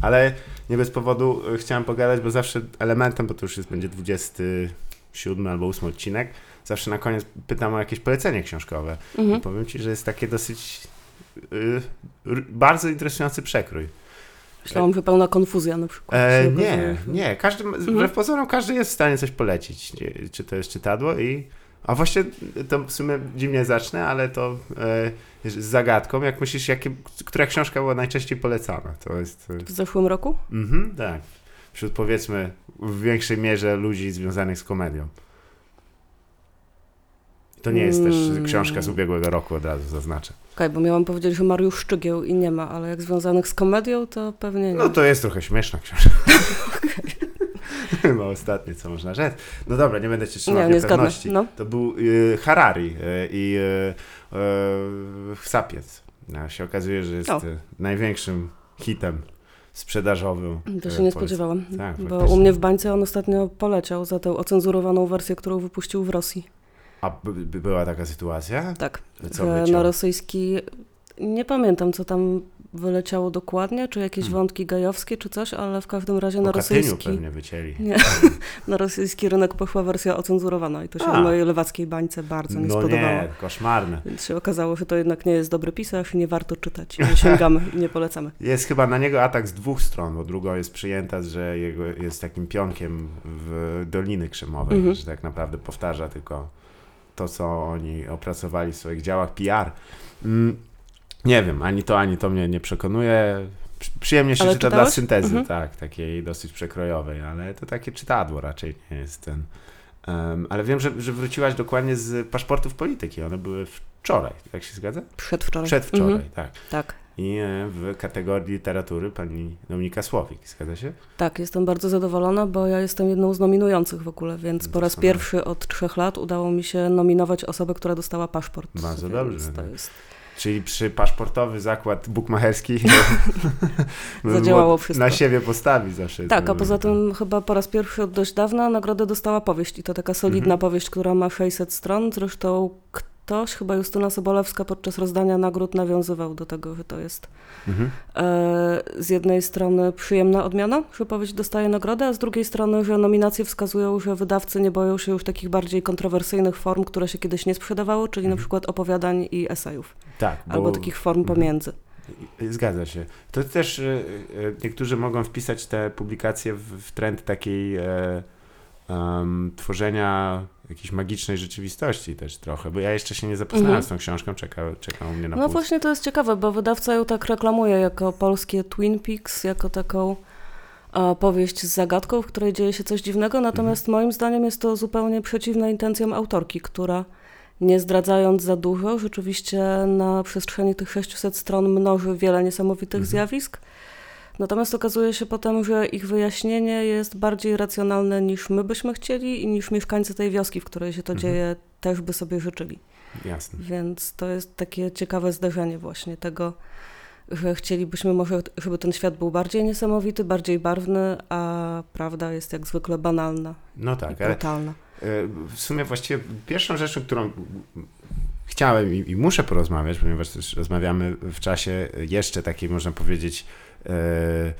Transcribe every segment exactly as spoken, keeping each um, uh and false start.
Ale nie bez powodu chciałem pogadać, bo zawsze elementem, bo to już jest będzie dwudziesty siódmy albo ósmy odcinek, zawsze na koniec pytam o jakieś polecenie książkowe. Mhm. I powiem ci, że jest takie dosyć y, y, bardzo interesujący przekrój. Myślałam, że pełna konfuzja na przykład. E, nie, nie. Każdy, mhm. wbrew pozorom każdy jest w stanie coś polecić. Czy to jest czytadło i... A właśnie to w sumie dziwnie zacznę, ale to e, z zagadką. Jak myślisz, jakie, która książka była najczęściej polecana? To jest... W zeszłym roku? Mhm, tak. Wśród powiedzmy w większej mierze ludzi związanych z komedią. To nie jest hmm. też książka z ubiegłego roku, od razu zaznaczę. Okej, okay, bo miałam powiedzieć, że Mariusz Szczygieł i nie ma, ale jak związanych z komedią, to pewnie nie. No to jest trochę śmieszna książka. Chyba ostatnie, co można rzec. No dobra, nie będę cię trzymał w niepewności. No. To był y, Harari y, i y, y, Sapiens. No, się okazuje, że jest y, największym hitem sprzedażowym. To się nie spodziewałam, tak, bo faktycznie. U mnie w bańce on ostatnio poleciał za tę ocenzurowaną wersję, którą wypuścił w Rosji. A by, by była taka sytuacja? Tak, co na rosyjski, nie pamiętam co tam wyleciało dokładnie, czy jakieś hmm. wątki gajowskie, czy coś, ale w każdym razie po na rosyjski... pewnie wycięli. Nie, na rosyjski rynek poszła wersja ocenzurowana i to się A. w mojej lewackiej bańce bardzo nie no spodobało. Nie, koszmarne. Więc się okazało, że to jednak nie jest dobry pisarz i nie warto czytać. Nie sięgamy i nie polecamy. Jest chyba na niego atak z dwóch stron, bo druga jest przyjęta, że jego jest takim pionkiem w Doliny Krzemowej, mhm. że tak naprawdę powtarza tylko to, co oni opracowali w swoich działach P R. Mm. Nie wiem, ani to, ani to mnie nie przekonuje. Przyjemnie się ale czyta czytałeś? Dla syntezy, mhm. tak, takiej dosyć przekrojowej, ale to takie czytadło raczej nie jest ten. Um, ale wiem, że, że wróciłaś dokładnie z Paszportów Polityki. One były wczoraj, tak się zgadza? Przedwczoraj. Przedwczoraj, mhm. tak. Tak. I w kategorii literatury pani Dominika Słowik, zgadza się? Tak, jestem bardzo zadowolona, bo ja jestem jedną z nominujących w ogóle, więc po raz pierwszy od trzech lat udało mi się nominować osobę, która dostała paszport. Bardzo dobrze. To jest... Czyli przy paszportowy zakład bukmacherski zadziałało wszystko. Na siebie postawi zawsze. Tak, a poza tym to... chyba po raz pierwszy od dość dawna nagrodę dostała powieść i to taka solidna mhm. powieść, która ma sześćset stron. Zresztą ktoś, chyba Justyna Sobolewska podczas rozdania nagród nawiązywał do tego, że to jest mhm. e, z jednej strony przyjemna odmiana, że powieść dostaje nagrodę, a z drugiej strony, że nominacje wskazują, że wydawcy nie boją się już takich bardziej kontrowersyjnych form, które się kiedyś nie sprzedawało, czyli mhm. na przykład opowiadań i esejów. Tak. Bo... Albo takich form pomiędzy. Zgadza się. To też y, y, niektórzy mogą wpisać te publikacje w, w trend takiej y, um, tworzenia jakiejś magicznej rzeczywistości też trochę, bo ja jeszcze się nie zapoznałem mhm. z tą książką, czeka, czeka u mnie na No puls. Właśnie to jest ciekawe, bo wydawca ją tak reklamuje jako polskie Twin Peaks, jako taką a, powieść z zagadką, w której dzieje się coś dziwnego, natomiast mhm. moim zdaniem jest to zupełnie przeciwna intencjom autorki, która nie zdradzając za dużo, rzeczywiście na przestrzeni tych sześciuset stron mnoży wiele niesamowitych mhm. zjawisk. Natomiast okazuje się potem, że ich wyjaśnienie jest bardziej racjonalne niż my byśmy chcieli i niż mieszkańcy tej wioski, w której się to mhm. dzieje, też by sobie życzyli. Jasne. Więc to jest takie ciekawe zderzenie właśnie tego, że chcielibyśmy może, żeby ten świat był bardziej niesamowity, bardziej barwny, a prawda jest jak zwykle banalna no tak, i brutalna. Ale w sumie właściwie pierwszą rzeczą, którą chciałem i, i muszę porozmawiać, ponieważ też rozmawiamy w czasie jeszcze takiej, można powiedzieć, e,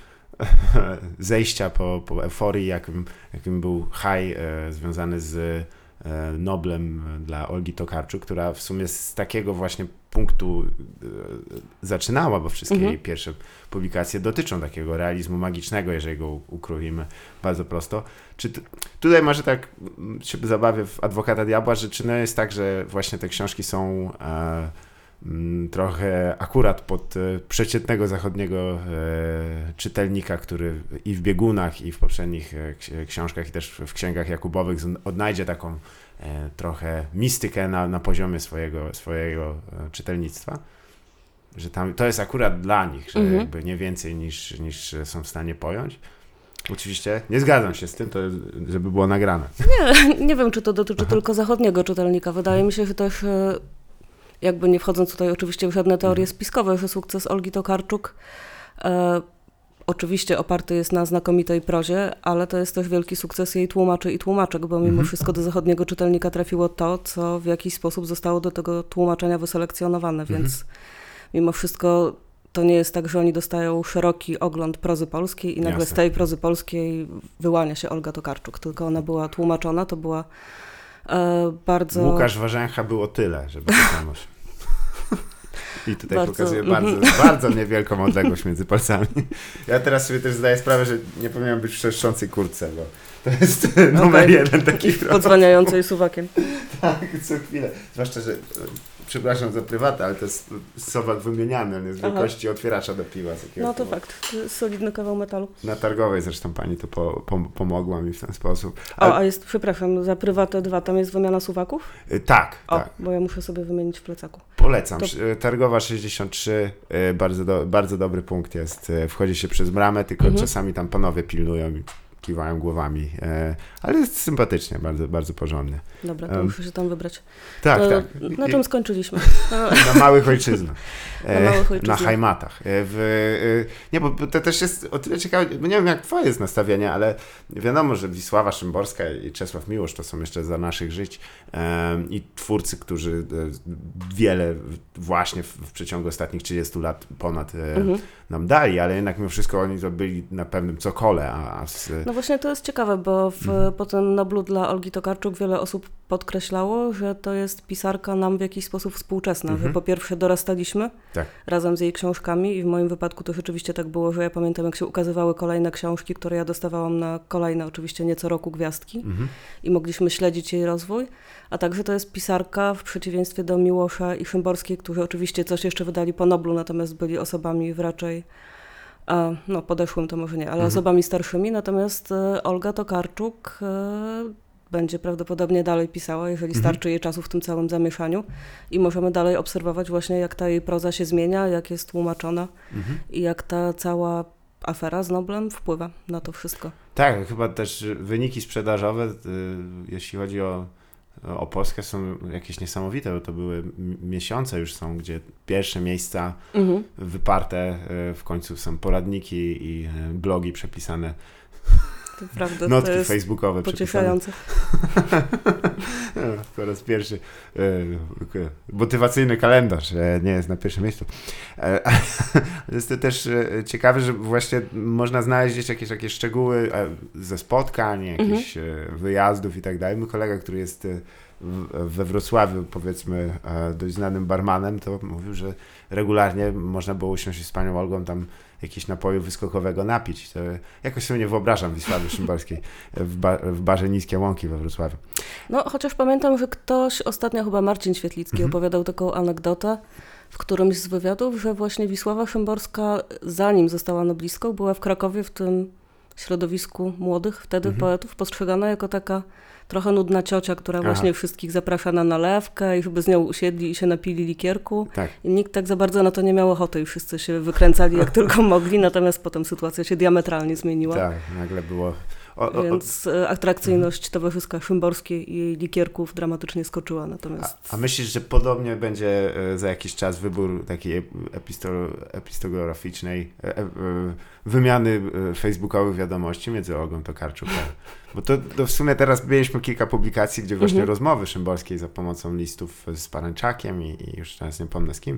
zejścia po, po euforii, jakim, jakim był high e, związany z e, Noblem dla Olgi Tokarczuk, która w sumie z takiego właśnie punktu e, zaczynała, bo wszystkie mhm. jej pierwsze publikacje dotyczą takiego realizmu magicznego, jeżeli go ukrojimy bardzo prosto. Czy t- tutaj może tak się zabawię w adwokata diabła, że czy no jest tak, że właśnie te książki są e, m, trochę akurat pod e, przeciętnego zachodniego e, czytelnika, który i w biegunach, i w poprzednich e, książkach, i też w księgach Jakubowych odnajdzie taką e, trochę mistykę na, na poziomie swojego, swojego e, czytelnictwa. Że tam to jest akurat dla nich, że mhm. jakby nie więcej niż, niż są w stanie pojąć. Oczywiście nie zgadzam się z tym, to, żeby było nagrane. Nie, nie wiem, czy to dotyczy tylko zachodniego czytelnika. Wydaje mi się, że też, jakby nie wchodząc tutaj oczywiście w żadne teorie spiskowe, że sukces Olgi Tokarczuk e, oczywiście oparty jest na znakomitej prozie, ale to jest też wielki sukces jej tłumaczy i tłumaczek, bo mimo mhm. wszystko do zachodniego czytelnika trafiło to, co w jakiś sposób zostało do tego tłumaczenia wyselekcjonowane, mhm. więc mimo wszystko to nie jest tak, że oni dostają szeroki ogląd prozy polskiej i nagle Jasne. z tej prozy polskiej wyłania się Olga Tokarczuk, tylko ona była tłumaczona, to była e, bardzo... Łukasz Warzęcha było tyle, żeby to samo się... I tutaj Bardzo, pokazuję mm. bardzo, bardzo niewielką odległość między palcami. Ja teraz sobie też zdaję sprawę, że nie powinienem być w szerszącej kurtce, bo to jest numer Okay. jeden taki Podzwaniającej suwakiem. Tak, co chwilę. Zwłaszcza, że, e, przepraszam za prywatę, ale to jest suwak wymieniany, on jest z Aha. wielkości otwieracza do piwa. z jakiegoś No to powodu. fakt, to jest solidny kawał metalu. Na targowej zresztą pani to po, po, pomogła mi w ten sposób. O, a jest, przepraszam, za prywatę dwa, tam jest wymiana suwaków? E, Tak, O, tak. bo ja muszę sobie wymienić w plecaku. Polecam. To- E, Targowa sześćdziesiąt trzy, e, bardzo, do, bardzo dobry punkt jest. E, Wchodzi się przez bramę, tylko Mhm. czasami tam panowie pilnują i kiwają głowami. E, Ale jest sympatycznie, bardzo, bardzo porządnie. Dobra, to Em, muszę się tam wybrać. Tak, to, tak. Na I- czym skończyliśmy? No, Na małych ojczyznach. Na małych ojczyznach. Na Hajmatach. E, W, e, nie, bo to też jest o tyle ciekawe, bo nie wiem jak twoje jest nastawienie, ale wiadomo, że Wisława Szymborska i Czesław Miłosz to są jeszcze za naszych żyć e, i twórcy, którzy e, wiele właśnie w, w przeciągu ostatnich trzydziestu lat ponad e, mhm. nam dali, ale jednak mimo wszystko oni to byli na pewnym cokole, a, a z, No właśnie to jest ciekawe, bo w, Mhm. po tym Noblu dla Olgi Tokarczuk wiele osób podkreślało, że to jest pisarka nam w jakiś sposób współczesna, Mhm. że po pierwsze dorastaliśmy Tak. razem z jej książkami i w moim wypadku to rzeczywiście tak było, że ja pamiętam jak się ukazywały kolejne książki, które ja dostawałam na kolejne, oczywiście nie co roku gwiazdki Mhm. i mogliśmy śledzić jej rozwój, a także to jest pisarka w przeciwieństwie do Miłosza i Szymborskiej, którzy oczywiście coś jeszcze wydali po Noblu, natomiast byli osobami w raczej a, no podeszłym to może nie, ale Mhm. osobami starszymi, natomiast e, Olga Tokarczuk e, będzie prawdopodobnie dalej pisała, jeżeli Mhm. starczy jej czasu w tym całym zamieszaniu i możemy dalej obserwować właśnie jak ta jej proza się zmienia, jak jest tłumaczona Mhm. i jak ta cała afera z Noblem wpływa na to wszystko. Tak, chyba też wyniki sprzedażowe, y, jeśli chodzi o, o Polskę, są jakieś niesamowite, bo to były m- miesiące już są, gdzie pierwsze miejsca Mhm. wyparte, y, w końcu są poradniki i y, blogi przepisane, To prawda, notki to jest facebookowe przepisane. pocieszające. Po raz pierwszy y, y, motywacjny kalendarz e, nie jest na pierwszym miejscu. E, Jest to też e, ciekawe, że właśnie można znaleźć gdzieś jakieś takie szczegóły e, ze spotkań, jakichś e, wyjazdów i tak dalej. Mój kolega, który jest e, w- we Wrocławiu, powiedzmy, e, dość znanym barmanem, to mówił, że regularnie można było usiąść z panią Olgą tam jakieś napoju wyskokowego napić. To jakoś sobie nie wyobrażam Wisławy Szymborskiej w, ba- w barze Niskie Łąki we Wrocławiu. No, chociaż pamiętam, że ktoś, ostatnio chyba Marcin Świetlicki Mhm. opowiadał taką anegdotę w którymś z wywiadów, że właśnie Wisława Szymborska, zanim została noblistką, była w Krakowie w tym środowisku młodych wtedy Mhm. poetów, postrzegana jako taka trochę nudna ciocia, która Aha. właśnie wszystkich zaprasza na nalewkę i żeby z nią usiedli i się napili likierku. Tak. I nikt tak za bardzo na to nie miał ochoty i wszyscy się wykręcali jak tylko mogli, natomiast potem sytuacja się diametralnie zmieniła. Tak, nagle było... O, o, o, Więc e, atrakcyjność towarzyska Szymborskiej i jej likierków dramatycznie skoczyła. Natomiast a, a myślisz, że podobnie będzie e, za jakiś czas wybór takiej episto, epistograficznej e, e, wymiany e, facebookowych wiadomości między Olgą Tokarczuk? a- Bo to, to w sumie teraz mieliśmy kilka publikacji, gdzie właśnie Mhm. rozmowy Szymborskiej za pomocą listów z Paranczakiem i, i już teraz nie pomnę z kim,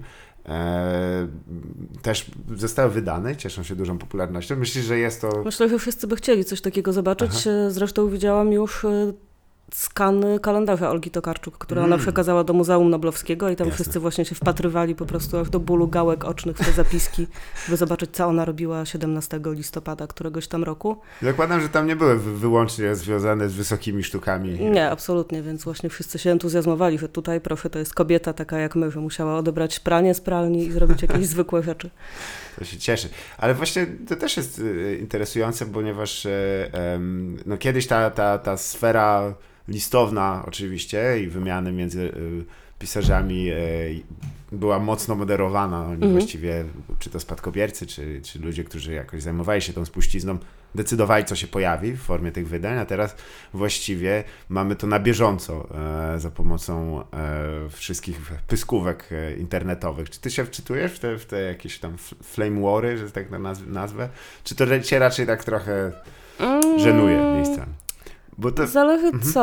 e, też zostały wydane, cieszą się dużą popularnością. Myślisz, że jest to... myślę, że wszyscy by chcieli coś takiego zobaczyć. Aha. E, Zresztą widziałam już e, skany kalendarza Olgi Tokarczuk, które Mm. ona przekazała do Muzeum Noblowskiego i tam Jasne. wszyscy właśnie się wpatrywali po prostu aż do bólu gałek ocznych w te zapiski, by zobaczyć, co ona robiła siedemnastego listopada któregoś tam roku. Zakładam, że tam nie były wy- wyłącznie związane z wysokimi sztukami. Nie, absolutnie, więc właśnie wszyscy się entuzjazmowali, że tutaj proszę, to jest kobieta taka jak my, że musiała odebrać pranie z pralni i zrobić jakieś zwykłe rzeczy. To się cieszy. Ale właśnie to też jest y, interesujące, ponieważ e, em, no kiedyś ta, ta, ta sfera listowna oczywiście i wymiany między y, pisarzami e, była mocno moderowana. Oni Mhm. właściwie, czy to spadkobiercy, czy, czy ludzie, którzy jakoś zajmowali się tą spuścizną, decydowali, co się pojawi w formie tych wydań, a teraz właściwie mamy to na bieżąco e, za pomocą e, wszystkich pyskówek e, internetowych. Czy ty się wczytujesz w te, w te jakieś tam f- flame wary, że tak to nazw- nazwę? Czy to cię raczej tak trochę Mm, żenuje miejscami? Bo to... Zależy Mhm. co.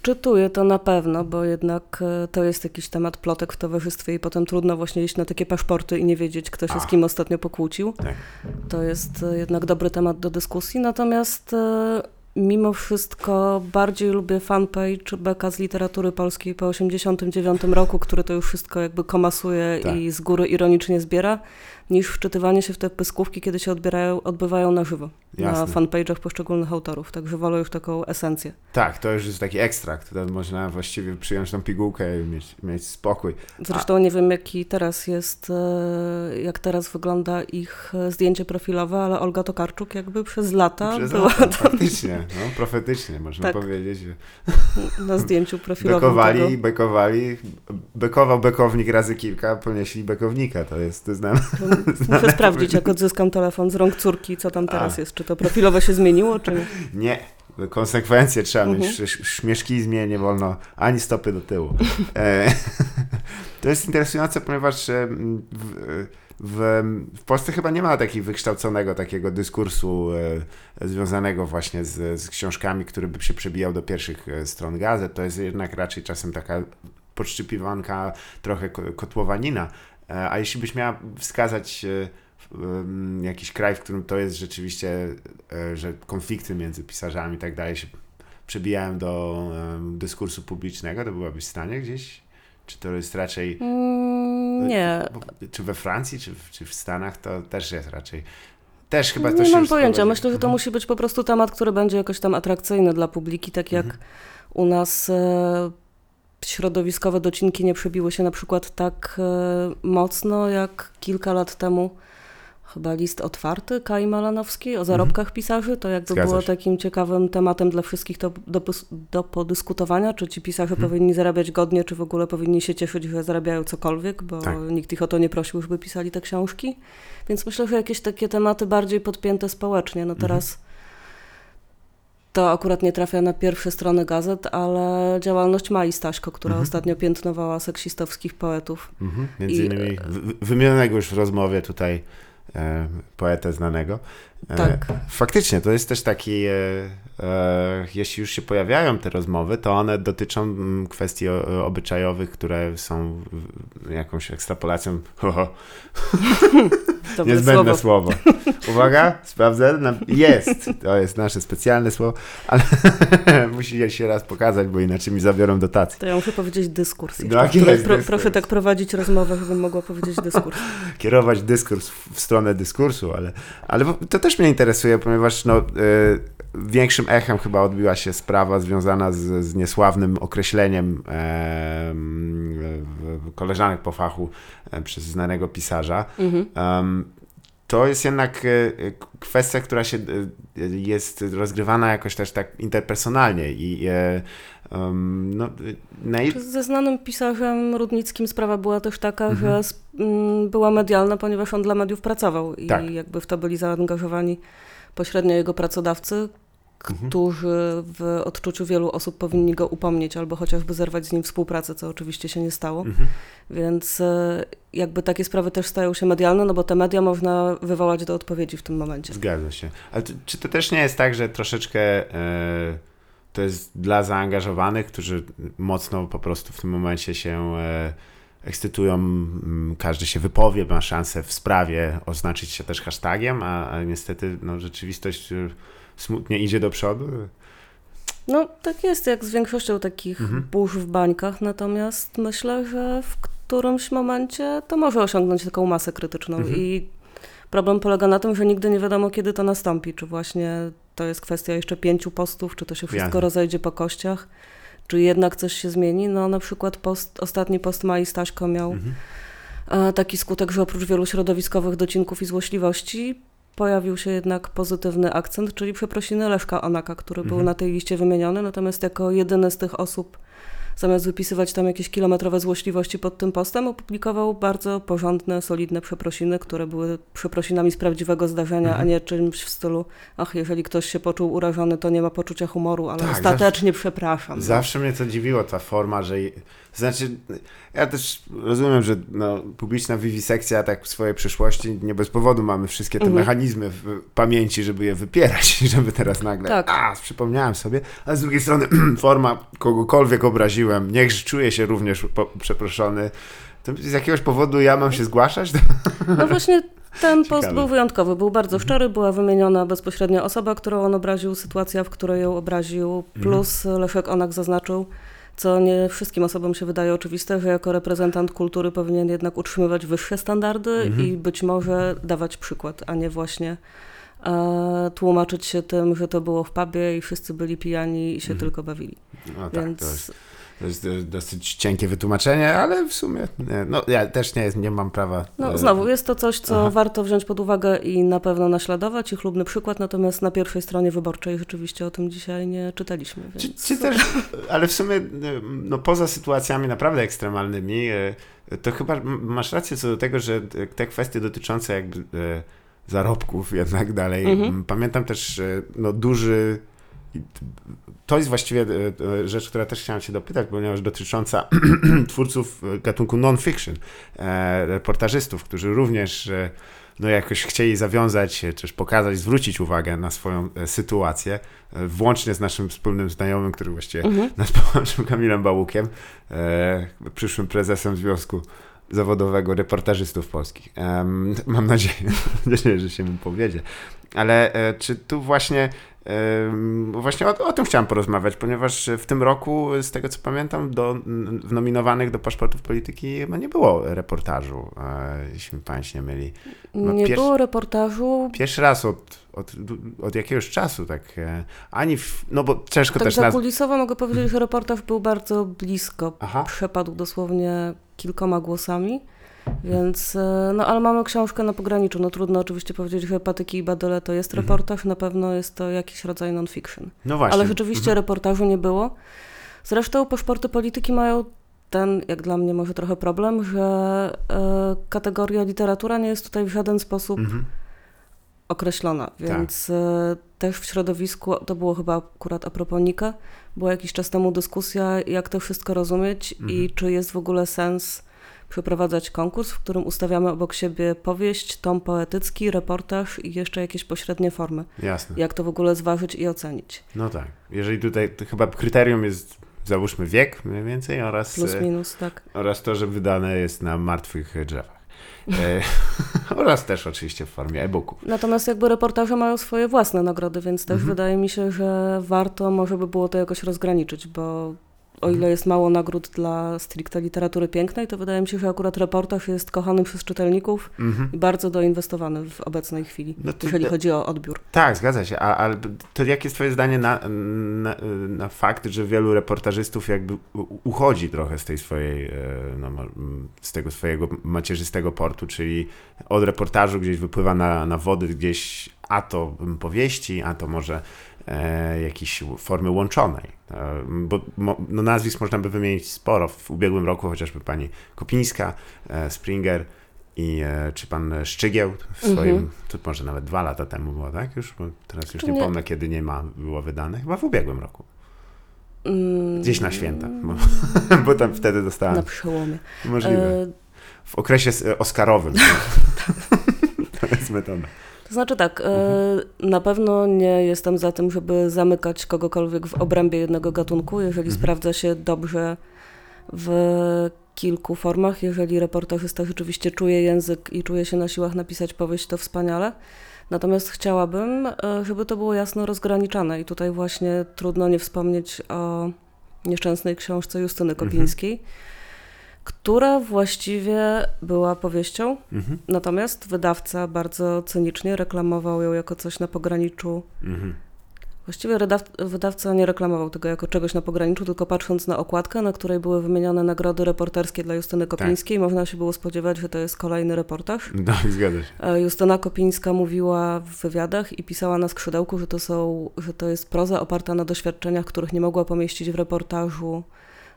Czytuję to na pewno, bo jednak e, to jest jakiś temat plotek w towarzystwie i potem trudno właśnie iść na takie paszporty i nie wiedzieć, kto się A. z kim ostatnio pokłócił. Tak. To jest e, jednak dobry temat do dyskusji, natomiast e, mimo wszystko bardziej lubię fanpage Beka z literatury polskiej po osiemdziesiątym dziewiątym roku, który to już wszystko jakby komasuje Tak. i z góry ironicznie zbiera, niż wczytywanie się w te pyskówki, kiedy się odbierają, odbywają na żywo, Jasne. na fanpage'ach poszczególnych autorów. Także wolę już taką esencję. Tak, to już jest taki ekstrakt, wtedy można właściwie przyjąć tą pigułkę i mieć, mieć spokój. Zresztą nie wiem, jaki teraz jest, e, jak teraz wygląda ich e, zdjęcie profilowe, ale Olga Tokarczuk jakby przez lata Przez była lata, tam faktycznie, no, profetycznie można Tak. powiedzieć. że na zdjęciu profilowym. Bekowali, tego. bekowali, bekował bekownik razy kilka, ponieśli bekownika, to jest, to znam. Muszę sprawdzić, jak odzyskam telefon z rąk córki, co tam teraz A. jest. Czy to profilowe się zmieniło, czy nie? Nie, konsekwencje trzeba Mhm. mieć, Sz- śmieszkizmie nie wolno ani stopy do tyłu. E, to jest interesujące, ponieważ e, w, w, w Polsce chyba nie ma takiego wykształconego takiego dyskursu e, związanego właśnie z, z książkami, który by się przebijał do pierwszych e, stron gazet. To jest jednak raczej czasem taka podszczypiwanka, trochę ko- kotłowanina. E, a jeśli byś miała wskazać e, w- jakiś kraj, w którym to jest rzeczywiście, e, że konflikty między pisarzami i tak dalej się przebijają do em, dyskursu publicznego, to byłabyś w stanie gdzieś? Czy to jest raczej... Mm, nie. Bo- Czy we Francji, czy w, czy w Stanach to też jest raczej... Też chyba to Nie się mam już pojęcia. sprowadzi- Myślę, że to Mhm. musi być po prostu temat, który będzie jakoś tam atrakcyjny dla publiki, tak jak Mhm. u nas e, środowiskowe docinki nie przebiły się na przykład tak e, mocno, jak kilka lat temu chyba List Otwarty Kai Malanowskiej o zarobkach pisarzy. To jakby Zgadza było się. takim ciekawym tematem dla wszystkich do, do, do podyskutowania, czy ci pisarze Mhm. powinni zarabiać godnie, czy w ogóle powinni się cieszyć, że zarabiają cokolwiek, bo Tak. nikt ich o to nie prosił, żeby pisali te książki. Więc myślę, że jakieś takie tematy bardziej podpięte społecznie. No teraz to akurat nie trafia na pierwsze strony gazet, ale działalność Mai Staśko, która Mhm. ostatnio piętnowała seksistowskich poetów. Mhm. Między I- innymi w- wymienionego już w rozmowie tutaj e, poetę znanego. E, Tak. Faktycznie, to jest też taki, e, e, jeśli już się pojawiają te rozmowy, to one dotyczą mm, kwestii o, obyczajowych, które są w- jakąś ekstrapolacją. Ho, ho, Dobre niezbędne słowo. słowo. Uwaga, sprawdzę. Na- Jest. To jest nasze specjalne słowo, ale musi się raz pokazać, bo inaczej mi zabiorą dotację. To ja muszę powiedzieć dyskurs. No, jeszcze, jaki który- jest pro, dyskurs? Proszę tak prowadzić rozmowę, żebym mogła powiedzieć dyskurs. Kierować dyskurs w w stronę dyskursu, ale, ale to też mnie interesuje, ponieważ no, y, większym echem chyba odbiła się sprawa związana z, z niesławnym określeniem e, m, koleżanek po fachu e, przez znanego pisarza. Mhm. Em, to jest jednak e, kwestia, która się e, jest rozgrywana jakoś też tak interpersonalnie i e, em, no, na il- Ze znanym pisarzem Rudnickim sprawa była też taka, Mhm. że sp- m, była medialna, ponieważ on dla mediów pracował i Tak. jakby w to byli zaangażowani pośrednio jego pracodawcy, Mhm. którzy w odczuciu wielu osób powinni go upomnieć albo chociażby zerwać z nim współpracę, co oczywiście się nie stało. Mhm. Więc e, jakby takie sprawy też stają się medialne, no bo te media można wywołać do odpowiedzi w tym momencie. Zgadza się. Ale to, czy to też nie jest tak, że troszeczkę e, to jest dla zaangażowanych, którzy mocno po prostu w tym momencie się e, ekscytują, m, każdy się wypowie, ma szansę w sprawie oznaczyć się też hashtagiem, a, a niestety no, rzeczywistość e, smutnie idzie do przodu. No tak jest, jak z większością takich Mhm. burz w bańkach, natomiast myślę, że w którymś momencie to może osiągnąć taką masę krytyczną Mhm. i problem polega na tym, że nigdy nie wiadomo, kiedy to nastąpi, czy właśnie to jest kwestia jeszcze pięciu postów, czy to się wszystko Jasne. rozejdzie po kościach, czy jednak coś się zmieni. No na przykład post, ostatni post Mai Staśko miał Mhm. e, taki skutek, że oprócz wielu środowiskowych docinków i złośliwości pojawił się jednak pozytywny akcent, czyli przeprosiny Leszka Onaka, który był Mhm. na tej liście wymieniony, natomiast jako jedyny z tych osób zamiast wypisywać tam jakieś kilometrowe złośliwości pod tym postem, opublikował bardzo porządne, solidne przeprosiny, które były przeprosinami z prawdziwego zdarzenia, Mhm. a nie czymś w stylu, ach, jeżeli ktoś się poczuł urażony, to nie ma poczucia humoru, ale Tak, ostatecznie przepraszam. no. Zawsze mnie to dziwiło, ta forma, że... Znaczy, ja też rozumiem, że no, publiczna wiwisekcja tak w swojej przyszłości, nie bez powodu mamy wszystkie te Mhm. mechanizmy w pamięci, żeby je wypierać, żeby teraz nagle, Tak. a, przypomniałem sobie, a z drugiej strony forma, kogokolwiek obraziłem, niech czuje się również po, przeproszony. To z jakiegoś powodu ja mam się zgłaszać? No właśnie ten post Ciekawe. był wyjątkowy, był bardzo Mhm. szczery, była wymieniona bezpośrednia osoba, którą on obraził, sytuacja, w której ją obraził, plus Leszek Onak zaznaczył, co nie wszystkim osobom się wydaje oczywiste, że jako reprezentant kultury powinien jednak utrzymywać wyższe standardy Mhm. i być może dawać przykład, a nie właśnie e, tłumaczyć się tym, że to było w pubie i wszyscy byli pijani i się Mhm. tylko bawili. No tak, Więc to jest, to jest e, dosyć cienkie wytłumaczenie, ale w sumie, nie, no ja też nie, nie mam prawa... no e, znowu, jest to coś, co Aha. warto wziąć pod uwagę i na pewno naśladować i chlubny przykład, natomiast na pierwszej stronie wyborczej rzeczywiście o tym dzisiaj nie czytaliśmy. Czy, Więc... czy też, ale w sumie, no poza sytuacjami naprawdę ekstremalnymi, e, to chyba m- masz rację co do tego, że te kwestie dotyczące jakby e, zarobków jednak dalej. Mhm. M, Pamiętam też e, no duży, to jest właściwie e, e, rzecz, która też chciałem cię dopytać, ponieważ dotycząca twórców e, gatunku non-fiction, e, reportażystów, którzy również e, no jakoś chcieli zawiązać, e, też pokazać, zwrócić uwagę na swoją e, sytuację, e, włącznie z naszym wspólnym znajomym, który właściwie Mhm. nas połączył, Kamilem Bałukiem, e, przyszłym prezesem Związku Zawodowego Reportażystów Polskich. Em, mam nadzieję, mam nadzieję, że się mu powiedzie. Ale e, czy tu właśnie em, właśnie o, o tym chciałem porozmawiać, ponieważ w tym roku, z tego co pamiętam, do w nominowanych do paszportów polityki chyba nie było reportażu, e, jeśli mi pamięć nie myli. No, nie pierwszy- było reportażu. Pierwszy raz od, od, od jakiegoś czasu, tak e, ani, w, no bo ciężko Tak też nazwać. zakulisowo mogę powiedzieć, że reportaż był bardzo blisko. Aha. Przepadł dosłownie kilkoma głosami, więc e, no ale mamy książkę na pograniczu. No trudno oczywiście powiedzieć, że Patyki i Badyle to jest Mhm. reportaż, na pewno jest to jakiś rodzaj non-fiction. No właśnie. Ale rzeczywiście reportażu nie było. Zresztą paszporty polityki mają ten, jak dla mnie może trochę problem, że e, kategoria literatura nie jest tutaj w żaden sposób Mhm. określona, więc e, też w środowisku, to było chyba akurat a propos Nika, była jakiś czas temu dyskusja, jak to wszystko rozumieć i czy jest w ogóle sens przeprowadzać konkurs, w którym ustawiamy obok siebie powieść, tom poetycki, reportaż i jeszcze jakieś pośrednie formy. Jasne. Jak to w ogóle zważyć i ocenić. No tak. Jeżeli tutaj to chyba kryterium jest, załóżmy, wiek mniej więcej oraz, Plus e, minus, tak. oraz to, że wydane jest na martwych drzewach. E, oraz też oczywiście w formie e-booków. Natomiast jakby reportaże mają swoje własne nagrody, więc też Mhm. wydaje mi się, że warto może by było to jakoś rozgraniczyć, bo o ile jest mało nagród dla stricte literatury pięknej, to wydaje mi się, że akurat reportaż jest kochany przez czytelników Mhm. i bardzo doinwestowany w obecnej chwili, No to- jeżeli chodzi o odbiór. Tak, zgadza się. A, ale to jakie jest twoje zdanie na, na, na fakt, że wielu reportażystów jakby u- uchodzi trochę z tej swojej, e, no, mo- m, z tego swojego macierzystego portu, czyli od reportażu gdzieś wypływa na, na wody gdzieś a to powieści, a to może e, jakiejś formy łączonej. E, bo mo, no, nazwisk można by wymienić sporo. W ubiegłym roku chociażby pani Kopińska, e, Springer, i e, czy pan Szczygieł w swoim, Mhm. to może nawet dwa lata temu było, tak? Już, bo teraz już To nie, nie- pomnę, kiedy nie ma, było wydane. Chyba w ubiegłym roku. Mm, Gdzieś na święta, bo, bo tam wtedy dostałem. Na przełomie. Możliwe. E, W okresie s- oscarowym. To jest metoda. To znaczy tak, Mhm. e, na pewno nie jestem za tym, żeby zamykać kogokolwiek w obrębie jednego gatunku, jeżeli Mhm. sprawdza się dobrze w kilku formach. Jeżeli reportażysta rzeczywiście czuje język i czuje się na siłach napisać powieść, to wspaniale. Natomiast chciałabym, e, żeby to było jasno rozgraniczane i tutaj właśnie trudno nie wspomnieć o nieszczęsnej książce Justyny Kopińskiej, która właściwie była powieścią, Mhm. natomiast wydawca bardzo cynicznie reklamował ją jako coś na pograniczu. Mhm. Właściwie redaw- wydawca nie reklamował tego jako czegoś na pograniczu, tylko patrząc na okładkę, na której były wymienione nagrody reporterskie dla Justyny Kopińskiej, można się było spodziewać, że to jest kolejny reportaż. No, zgadza się. E, Justyna Kopińska mówiła w wywiadach i pisała na skrzydełku, że to, są, że to jest proza oparta na doświadczeniach, których nie mogła pomieścić w reportażu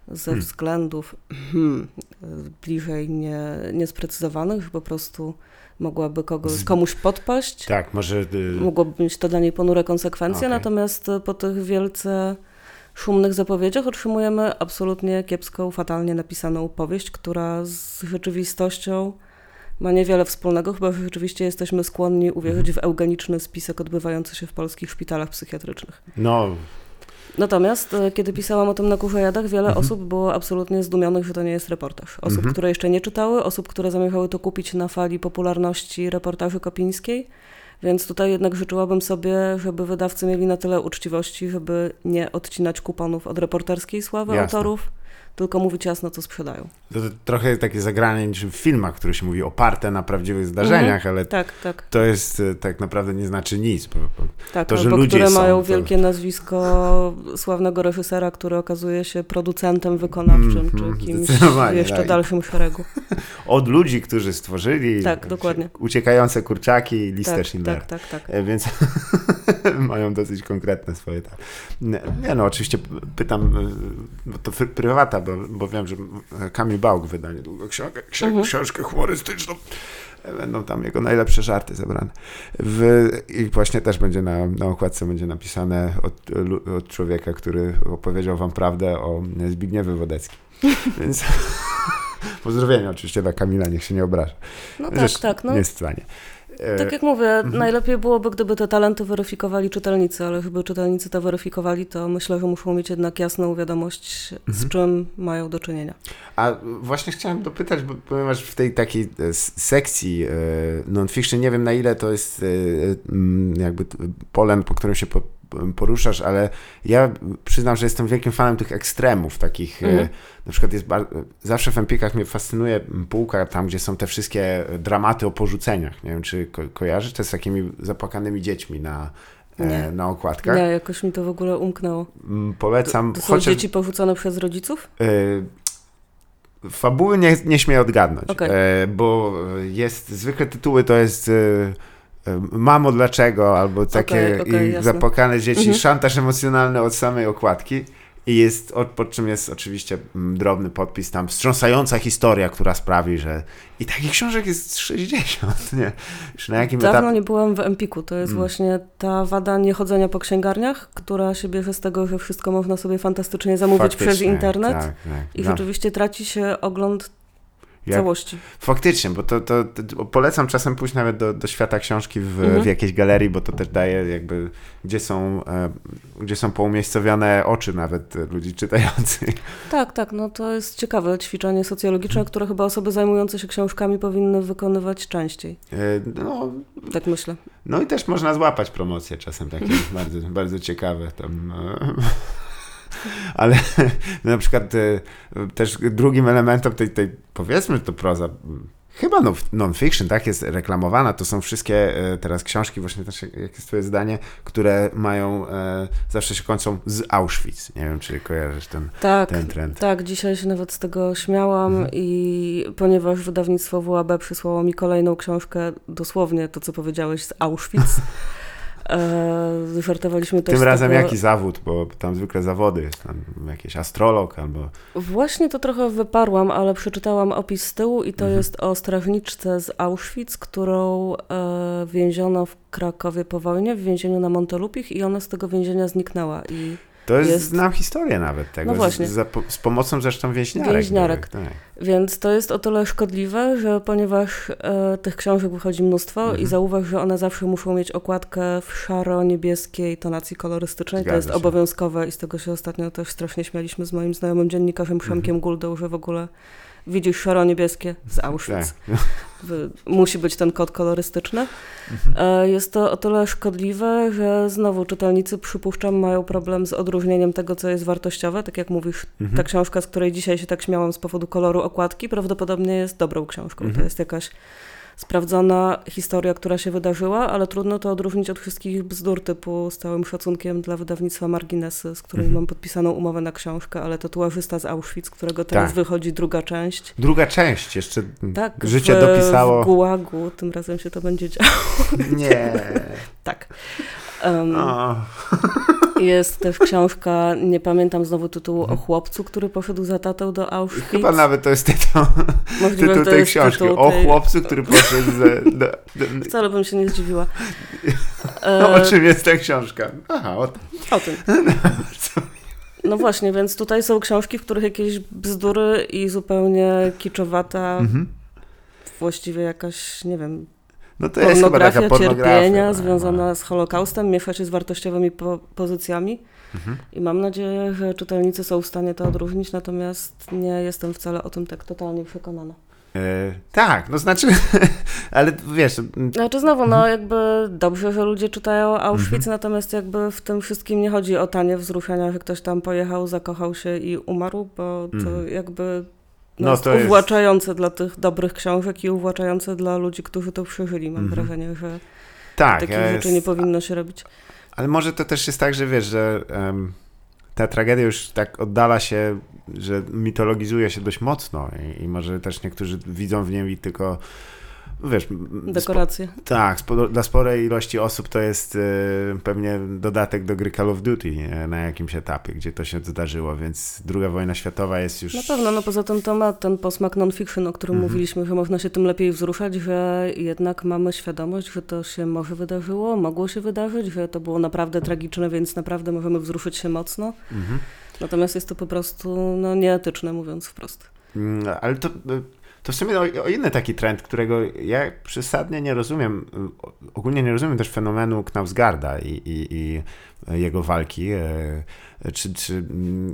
ze Hmm. względów hmm, bliżej nie, niesprecyzowanych, że po prostu mogłaby kogoś, Z- komuś podpaść. Tak, może... y, Mogłoby mieć to dla niej ponure konsekwencje, Okej. natomiast e, po tych wielce szumnych zapowiedziach otrzymujemy absolutnie kiepską, fatalnie napisaną powieść, która z rzeczywistością ma niewiele wspólnego, chyba że rzeczywiście jesteśmy skłonni uwierzyć w eugeniczny spisek odbywający się w polskich szpitalach psychiatrycznych. No, Natomiast e, kiedy pisałam o tym na Kurzojadach, wiele Mhm. osób było absolutnie zdumionych, że to nie jest reportaż. Osób, Mhm. które jeszcze nie czytały, osób, które zamierzały to kupić na fali popularności reportaży Kopińskiej. Więc tutaj jednak życzyłabym sobie, żeby wydawcy mieli na tyle uczciwości, żeby nie odcinać kuponów od reporterskiej sławy Jasne. autorów, tylko mówić jasno, co sprzedają. to, to trochę takie zagranie niż w filmach, które się mówi oparte na prawdziwych zdarzeniach, ale Tak, tak. to jest y, tak naprawdę nie znaczy nic. Bo, bo Tak, To, że albo ludzie które są, mają to- wielkie nazwisko sławnego reżysera, który okazuje się producentem wykonawczym, Mhm, czy kimś zdecydowanie, w jeszcze tak. dalszym szeregu. Od ludzi, którzy stworzyli Tak, dokładnie. uciekające kurczaki i listę Tak, Schindlera. tak, tak, tak. E, Więc mają dosyć konkretne swoje tak. Nie, nie no, oczywiście pytam, y, bo to fry- prywata, bo, bo wiem, że Kamil Bałk wyda niedługo książkę, ksi- Mhm. książkę humorystyczną. E, Będą tam jego najlepsze żarty zebrane. W, I właśnie też będzie na, na okładce będzie napisane od, lu- od człowieka, który opowiedział wam prawdę o Zbigniewie Wodeckim. Więc pozdrowienia oczywiście dla Kamila, niech się nie obraża. No tak, Zresztą tak. No, nie jest w stanie. E, tak jak mówię, mhm. najlepiej byłoby, gdyby te talenty weryfikowali czytelnicy, ale żeby czytelnicy to weryfikowali, to myślę, że muszą mieć jednak jasną wiadomość, z Mhm. czym mają do czynienia. A właśnie chciałem dopytać, bo ponieważ w tej takiej e, s- sekcji e, non-fiction, nie wiem na ile to jest e, mm, jakby t- polem, po którym się po, poruszasz, ale ja przyznam, że jestem wielkim fanem tych ekstremów, takich e, Mhm. na przykład jest bar- zawsze w Empikach mnie fascynuje półka tam, gdzie są te wszystkie dramaty o porzuceniach. Nie wiem, czy ko- kojarzysz te z takimi zapłakanymi dziećmi na, e, Nie. na okładkach? Nie, jakoś mi to w ogóle umknęło. Mm, Polecam. To są chociaż- dzieci porzucone przez rodziców? Y, Fabuły nie, nie śmieję odgadnąć, Okej. e, bo jest, zwykle tytuły to jest e, e, Mamo, dlaczego? Albo takie Okej, okej, i jasne. zapłakane dzieci, Mhm. szantaż emocjonalny od samej okładki i jest, od, pod czym jest oczywiście mm, drobny podpis tam, wstrząsająca historia, która sprawi, że i takich książek jest sześćdziesiąt, nie? Już na jakim Dawno etapie? nie byłam w Empiku. To jest Mm. właśnie ta wada niechodzenia po księgarniach, która się bierze z tego, że wszystko można sobie fantastycznie zamówić Faktycznie, przez internet tak, tak, i no. rzeczywiście traci się ogląd Jak- całości. Faktycznie, bo to, to, to polecam czasem pójść nawet do, do świata książki w, Mhm. w jakiejś galerii, bo to też daje jakby, gdzie są, e, gdzie są poumiejscowione oczy nawet e, ludzi czytających. Tak, tak, no to jest ciekawe ćwiczenie socjologiczne, które chyba osoby zajmujące się książkami powinny wykonywać częściej. E, no, Tak myślę. no i też można złapać promocje czasem takie bardzo, bardzo ciekawe tam. E, ale na przykład e, też drugim elementem tej, tej powiedzmy, że to proza, chyba no- non-fiction, tak, jest reklamowana, to są wszystkie e, teraz książki, właśnie też, jak jest twoje zdanie, które mają, e, zawsze się kończą z Auschwitz. Nie wiem, czy kojarzysz ten, Tak, ten trend. tak, dzisiaj się nawet z tego śmiałam Mhm. i ponieważ wydawnictwo W A B przysłało mi kolejną książkę, dosłownie to, co powiedziałeś, z Auschwitz, e, żartowaliśmy też Tym z razem tego... jaki zawód, bo tam zwykle zawody jest, tam jakiś astrolog albo... Właśnie to trochę wyparłam, ale przeczytałam opis z tyłu i to Mhm. jest o strażniczce z Auschwitz, którą e, więziono w Krakowie po wojnie, w więzieniu na Montelupich i ona z tego więzienia zniknęła i To jest, Jest- znam historię nawet tego, No właśnie. z, za, z pomocą zresztą więźniarek. Więźniarek. Tak. Więc to jest o tyle szkodliwe, że ponieważ e, tych książek wychodzi mnóstwo Mhm. i zauważ, że one zawsze muszą mieć okładkę w szaro-niebieskiej tonacji kolorystycznej. Zgadza to jest się. obowiązkowe i z tego się ostatnio też strasznie śmialiśmy z moim znajomym dziennikarzem Przemkiem Mhm. Guldą, że w ogóle widzisz szaro-niebieskie z Auschwitz. Tak. W- Musi być ten kod kolorystyczny. Mhm. E, Jest to o tyle szkodliwe, że znowu czytelnicy, przypuszczam, mają problem z odróżnieniem tego, co jest wartościowe. Tak jak mówisz, Mhm. ta książka, z której dzisiaj się tak śmiałam z powodu koloru okładki, prawdopodobnie jest dobrą książką. Mhm. To jest jakaś sprawdzona historia, która się wydarzyła, ale trudno to odróżnić od wszystkich bzdur typu, z całym szacunkiem dla wydawnictwa Marginesy, z którym Mhm. mam podpisaną umowę na książkę, ale tatuażysta z Auschwitz, którego teraz Tak. wychodzi druga część. Druga część, jeszcze Tak, życie w, dopisało. w Gułagu, tym razem się to będzie działo. Nie. Tak. Um, O. Jest też książka, nie pamiętam znowu tytułu, o chłopcu, który poszedł za tatą do Auschwitz. Chyba nawet to jest tytuł, Możliwe, tytuł to tej jest książki. tytuł O tej... chłopcu, który poszedł za... Do, do... Wcale bym się nie zdziwiła. No, o czym jest ta książka? Aha, o, o tym. No właśnie, więc tutaj są książki, w których jakieś bzdury i zupełnie kiczowata, mhm. właściwie jakaś, nie wiem, no to jest pornografia, chyba taka pornografia cierpienia no, związana no. z Holokaustem, miesza się z wartościowymi po- pozycjami mhm. i mam nadzieję, że czytelnicy są w stanie to odróżnić, natomiast nie jestem wcale o tym tak totalnie przekonana. Yy, tak, no znaczy, ale wiesz... Znaczy znowu, no jakby dobrze, że ludzie czytają Auschwitz, mm-hmm. natomiast jakby w tym wszystkim nie chodzi o tanie wzruszenia, że ktoś tam pojechał, zakochał się i umarł, bo to mm. jakby no, no, jest to uwłaczające jest... dla tych dobrych książek i uwłaczające dla ludzi, którzy to przeżyli. Mam mm-hmm. wrażenie, że tak, takich ja rzeczy jest... nie powinno się robić. Ale może to też jest tak, że wiesz, że um, ta tragedia już tak oddala się, że mitologizuje się dość mocno i, i może też niektórzy widzą w niej tylko, wiesz... Dekoracje. Spo, tak, spo, dla sporej ilości osób to jest y, pewnie dodatek do gry Call of Duty y, na jakimś etapie, gdzie to się zdarzyło, więc druga wojna światowa jest już... Na pewno, no poza tym to ma ten posmak non-fiction, o którym mhm. mówiliśmy, że można się tym lepiej wzruszać, że jednak mamy świadomość, że to się może wydarzyło, mogło się wydarzyć, że to było naprawdę tragiczne, więc naprawdę możemy wzruszyć się mocno. Mhm. Natomiast jest to po prostu no, nieetyczne, mówiąc wprost. Mm, ale to, to w sumie o, o inny taki trend, którego ja przesadnie nie rozumiem. Ogólnie nie rozumiem też fenomenu Knausgarda i, i, i jego walki. Czy, czy,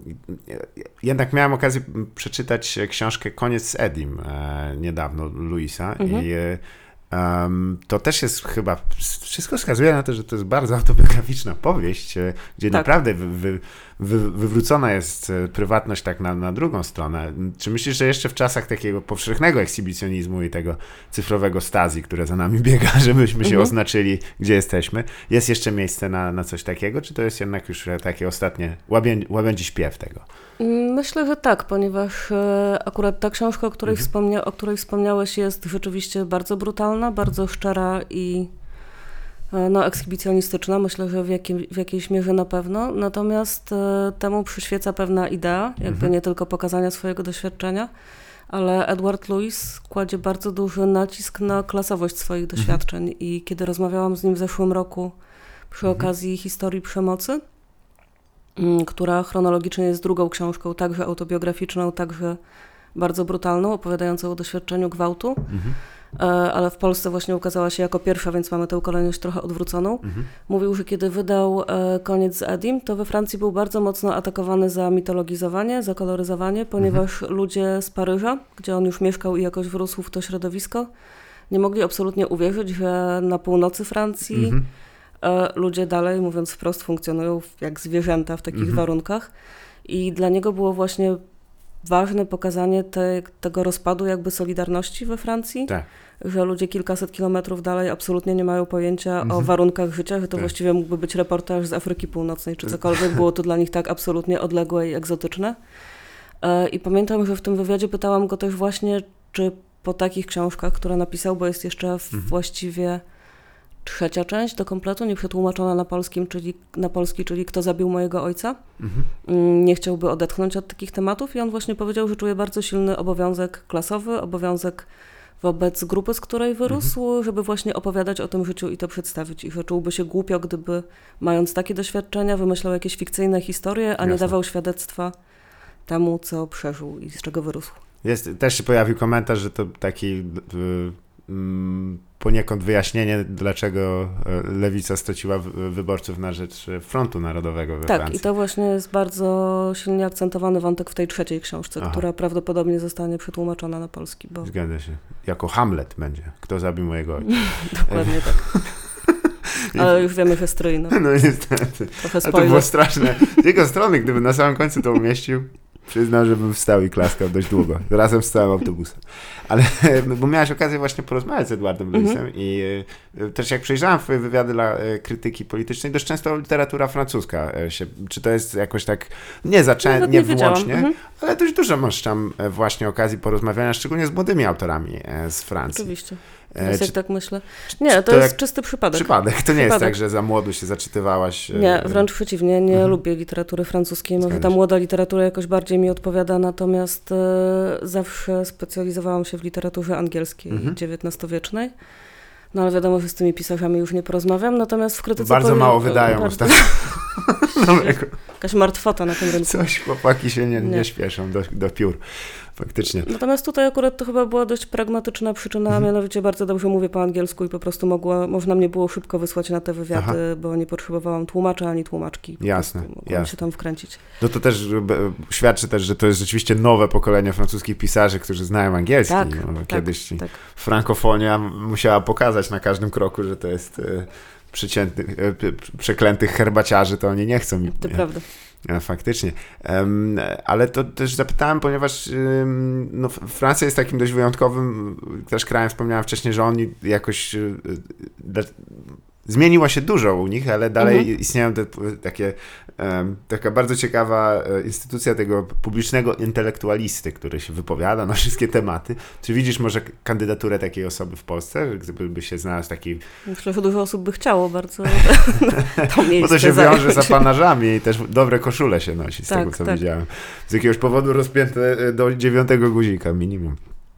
jednak miałem okazję przeczytać książkę Koniec z Edim niedawno, Louisa. Mhm. I Um, to też jest chyba, wszystko wskazuje na to, że to jest bardzo autobiograficzna powieść, gdzie tak. naprawdę wy, wy, wy, wywrócona jest prywatność tak na, na drugą stronę. Czy myślisz, że jeszcze w czasach takiego powszechnego ekshibicjonizmu i tego cyfrowego Stasi, które za nami biega, żebyśmy się mhm. oznaczyli, gdzie jesteśmy, jest jeszcze miejsce na, na coś takiego, czy to jest jednak już takie ostatnie łabę, łabędzi śpiew tego? Myślę, że tak, ponieważ akurat ta książka, o której, mhm. wspomnia- o której wspomniałeś, jest rzeczywiście bardzo brutalna, bardzo szczera i no, ekshibicjonistyczna. Myślę, że w, jakim, w jakiejś mierze na pewno. Natomiast e, temu przyświeca pewna idea, jakby mhm. nie tylko pokazania swojego doświadczenia, ale Edward Louis kładzie bardzo duży nacisk na klasowość swoich mhm. doświadczeń i kiedy rozmawiałam z nim w zeszłym roku przy mhm. okazji historii przemocy, która chronologicznie jest drugą książką, także autobiograficzną, także bardzo brutalną, opowiadającą o doświadczeniu gwałtu, mhm. ale w Polsce właśnie ukazała się jako pierwsza, więc mamy tę kolejność trochę odwróconą. Mhm. Mówił, że kiedy wydał Koniec z Edim, to we Francji był bardzo mocno atakowany za mitologizowanie, za koloryzowanie, ponieważ mhm. ludzie z Paryża, gdzie on już mieszkał i jakoś wrósł w to środowisko, nie mogli absolutnie uwierzyć, że na północy Francji mhm. ludzie dalej, mówiąc wprost, funkcjonują jak zwierzęta w takich mhm. warunkach i dla niego było właśnie ważne pokazanie te, tego rozpadu jakby solidarności we Francji, tak. że ludzie kilkaset kilometrów dalej absolutnie nie mają pojęcia mhm. o warunkach życia, że to tak. właściwie mógłby być reportaż z Afryki Północnej, czy cokolwiek, było to dla nich tak absolutnie odległe i egzotyczne. I pamiętam, że w tym wywiadzie pytałam go też właśnie, czy po takich książkach, które napisał, bo jest jeszcze mhm. właściwie trzecia część do kompletu, nie przetłumaczona na polskim, czyli na polski, czyli Kto zabił mojego ojca. Mhm. Nie chciałby odetchnąć od takich tematów i on właśnie powiedział, że czuje bardzo silny obowiązek klasowy, obowiązek wobec grupy, z której wyrósł, mhm. żeby właśnie opowiadać o tym życiu i to przedstawić. I że czułby się głupio, gdyby mając takie doświadczenia wymyślał jakieś fikcyjne historie, a Jasne. nie dawał świadectwa temu, co przeżył i z czego wyrósł. Jest, też się pojawił komentarz, że to taki yy, yy, poniekąd wyjaśnienie, dlaczego lewica straciła wyborców na rzecz Frontu Narodowego we tak, Francji. Tak, i to właśnie jest bardzo silnie akcentowany wątek w tej trzeciej książce, Aha. która prawdopodobnie zostanie przetłumaczona na polski. Bo... Zgadza się. Jako Hamlet będzie. Kto zabił mojego ojca. Dokładnie tak. Ale już wiemy, że strój. No, no niestety. Trochę spoiler. A to było straszne. Z jego strony, gdyby na samym końcu to umieścił, przyznam, że bym wstał i klaskał dość długo. Razem z całym autobusem. Ale, bo miałeś okazję właśnie porozmawiać z Edwardem Louisem mm-hmm. i y, też jak przejrzałem twoje wywiady dla y, krytyki politycznej, dość często literatura francuska y, się, czy to jest jakoś tak, nie zaczę- nie, nie wyłącznie, mm-hmm. ale dość dużo masz tam y, właśnie okazji porozmawiania, szczególnie z młodymi autorami y, z Francji. Oczywiście. Teraz Czy, jak tak myślę. Nie, to, to jest jak czysty przypadek. przypadek. To nie Przypadek. jest tak, że za młodu się zaczytywałaś. Nie, wręcz przeciwnie. Nie Mhm. lubię literatury francuskiej. Może Zgadza ta się. młoda literatura jakoś bardziej mi odpowiada, natomiast e, zawsze specjalizowałam się w literaturze angielskiej Mhm. dziewiętnastowiecznej. No ale wiadomo, że z tymi pisarzami już nie porozmawiam, natomiast w krytyce... Bardzo powiem- mało wydają bardzo- ostatnio. Nowego. Jakaś martwota na tym rynku. Coś chłopaki się nie, nie. Nie. śpieszą do, do piór. Faktycznie. Natomiast tutaj akurat to chyba była dość pragmatyczna przyczyna, a Mhm. mianowicie bardzo dobrze mówię po angielsku i po prostu mogła, można mnie było szybko wysłać na te wywiady, Aha. bo nie potrzebowałam tłumacza ani tłumaczki. Po Jasne, prostu mogłam jasne. się tam wkręcić. No to też e, świadczy też, że to jest rzeczywiście nowe pokolenie francuskich pisarzy, którzy znają angielski. Tak, no, bo tak, kiedyś ci tak. frankofonia musiała pokazać na każdym kroku, że to jest e, przeciętnych, e, p- przeklętych herbaciarzy, to oni nie chcą. mi- To nie. prawda. E, Faktycznie. Em, ale to też zapytałem, ponieważ ym, no, F- Francja jest takim dość wyjątkowym y, też krajem. Wspomniałem wcześniej, że oni jakoś y, y, da- zmieniło się dużo u nich, ale dalej Mhm. istnieją te, p- takie em, taka bardzo ciekawa e, instytucja tego publicznego intelektualisty, który się wypowiada na wszystkie tematy. Czy widzisz może k- kandydaturę takiej osoby w Polsce, gdyby się znalazł taki... Myślę, że dużo osób by chciało bardzo to miejsce Bo to się zająć. wiąże z apanarzami i też dobre koszule się nosi, z Tak, tego co tak. widziałem. Z jakiegoś powodu rozpięte e, do dziewiątego guzika minimum.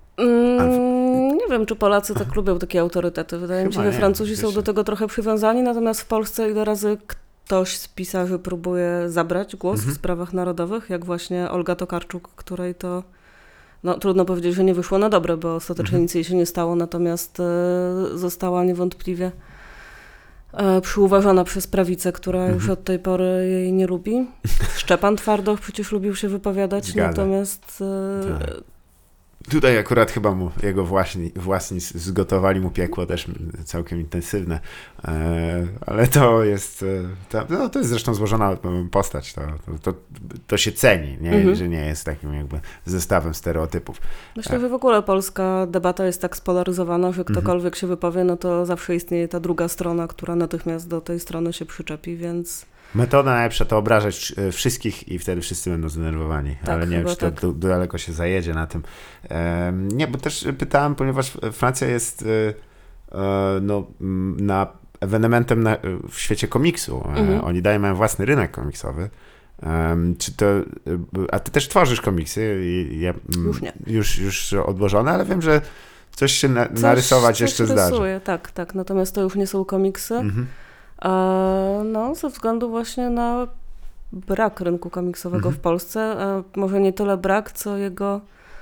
Mm, nie wiem, czy Polacy tak lubią takie autorytety. Wydaje mi się, Chyba że nie, Francuzi są wiesz. do tego trochę przywiązani, natomiast w Polsce ile razy ktoś z pisarzy próbuje zabrać głos Mhm. w sprawach narodowych, jak właśnie Olga Tokarczuk, której to no, trudno powiedzieć, że nie wyszło na dobre, bo ostatecznie Mhm. nic jej się nie stało, natomiast e, została niewątpliwie e, przyuważona przez prawicę, która już Mhm. od tej pory jej nie lubi. Szczepan Twardoch przecież lubił się wypowiadać, Zgadza. natomiast e, Tak. Tutaj akurat chyba mu jego własni, własni z- zgotowali mu piekło też całkiem intensywne, e, ale to jest, e, to, no, to jest zresztą złożona postać, to, to, to, to się ceni, nie? Mhm. Że nie jest takim jakby zestawem stereotypów. Myślę, że w ogóle polska debata jest tak spolaryzowana, że ktokolwiek się wypowie, no to zawsze istnieje ta druga strona, która natychmiast do tej strony się przyczepi, więc Metoda najlepsza to obrażać e, wszystkich i wtedy wszyscy będą zdenerwowani, Tak, ale nie wiem, chyba czy to tak. du- daleko się zajedzie na tym. Em, nie, bo też pytałem, ponieważ Francja jest e, e, no, m, na ewenementem na, w świecie komiksu. E, Mhm. Oni dają mają własny rynek komiksowy. Em, czy to, e, a ty też tworzysz komiksy? I, ja, m, Już nie. Już, już odłożone, ale wiem, że coś się na, coś, narysować coś jeszcze zdarzy. rysuje, tak, tak, natomiast to już nie są komiksy, Mhm. e, no ze względu właśnie na brak rynku komiksowego Mhm. w Polsce, e, może nie tyle brak, co jego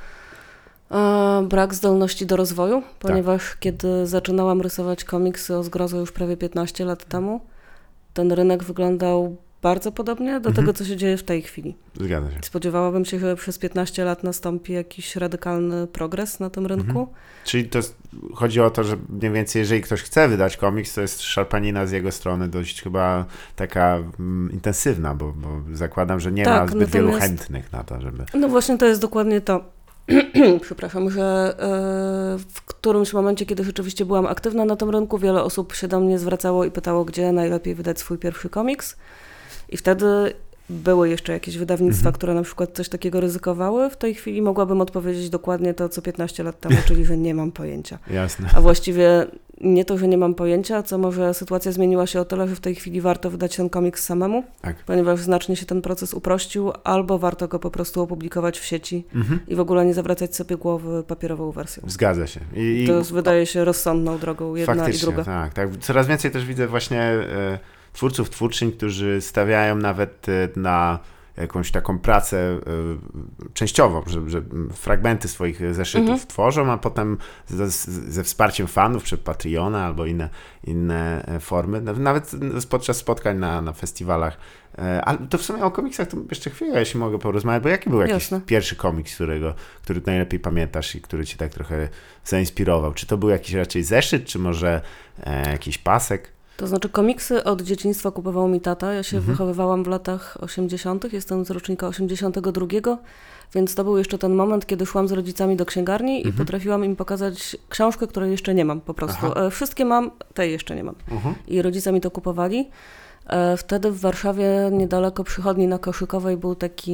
e, brak zdolności do rozwoju, ponieważ kiedy zaczynałam rysować komiksy o zgrozo już prawie piętnaście lat temu, ten rynek wyglądał bardzo podobnie do Mhm. tego, co się dzieje w tej chwili. Zgadza się. Spodziewałabym się, że przez piętnaście lat nastąpi jakiś radykalny progres na tym rynku. Czyli to jest, chodzi o to, że mniej więcej jeżeli ktoś chce wydać komiks, to jest szarpanina z jego strony dość chyba taka mm, intensywna, bo, bo zakładam, że nie Tak, ma zbyt wielu natomiast- chętnych na to, żeby... No właśnie to jest dokładnie to, przepraszam, że e, w którymś momencie, kiedy rzeczywiście byłam aktywna na tym rynku, wiele osób się do mnie zwracało i pytało, gdzie najlepiej wydać swój pierwszy komiks. I wtedy były jeszcze jakieś wydawnictwa, Mhm. które na przykład coś takiego ryzykowały. W tej chwili mogłabym odpowiedzieć dokładnie to, co piętnaście lat temu, czyli że nie mam pojęcia. Jasne. A właściwie nie to, że nie mam pojęcia, co może sytuacja zmieniła się o tyle, że w tej chwili warto wydać ten komiks samemu, Tak. ponieważ znacznie się ten proces uprościł, albo warto go po prostu opublikować w sieci Mhm. i w ogóle nie zawracać sobie głowy papierową wersją. Zgadza się. I, i To jest, wydaje się rozsądną drogą jedna i faktycznie, druga. tak, tak. Coraz więcej też widzę właśnie e, twórców, twórczyń, którzy stawiają nawet e, na jakąś taką pracę e, częściową, że, że fragmenty swoich zeszytów Mhm. tworzą, a potem ze, ze wsparciem fanów, czy Patreona, albo inne, inne e, formy, nawet podczas spotkań na, na festiwalach. E, Ale to w sumie o komiksach to jeszcze chwilę, jeśli mogę porozmawiać, bo jaki był jakiś Jasne. pierwszy komiks, którego, który najlepiej pamiętasz i który cię tak trochę zainspirował? Czy to był jakiś raczej zeszyt, czy może e, jakiś pasek? To znaczy komiksy od dzieciństwa kupował mi tata. Ja się Mhm. wychowywałam w latach osiemdziesiątych. Jestem z rocznika osiemdziesiątego drugiego, więc to był jeszcze ten moment, kiedy szłam z rodzicami do księgarni Mhm. i potrafiłam im pokazać książkę, której jeszcze nie mam po prostu. Aha. E, Wszystkie mam, tej jeszcze nie mam. Mhm. I rodzice mi to kupowali. E, Wtedy w Warszawie, niedaleko przychodni na Koszykowej, był taki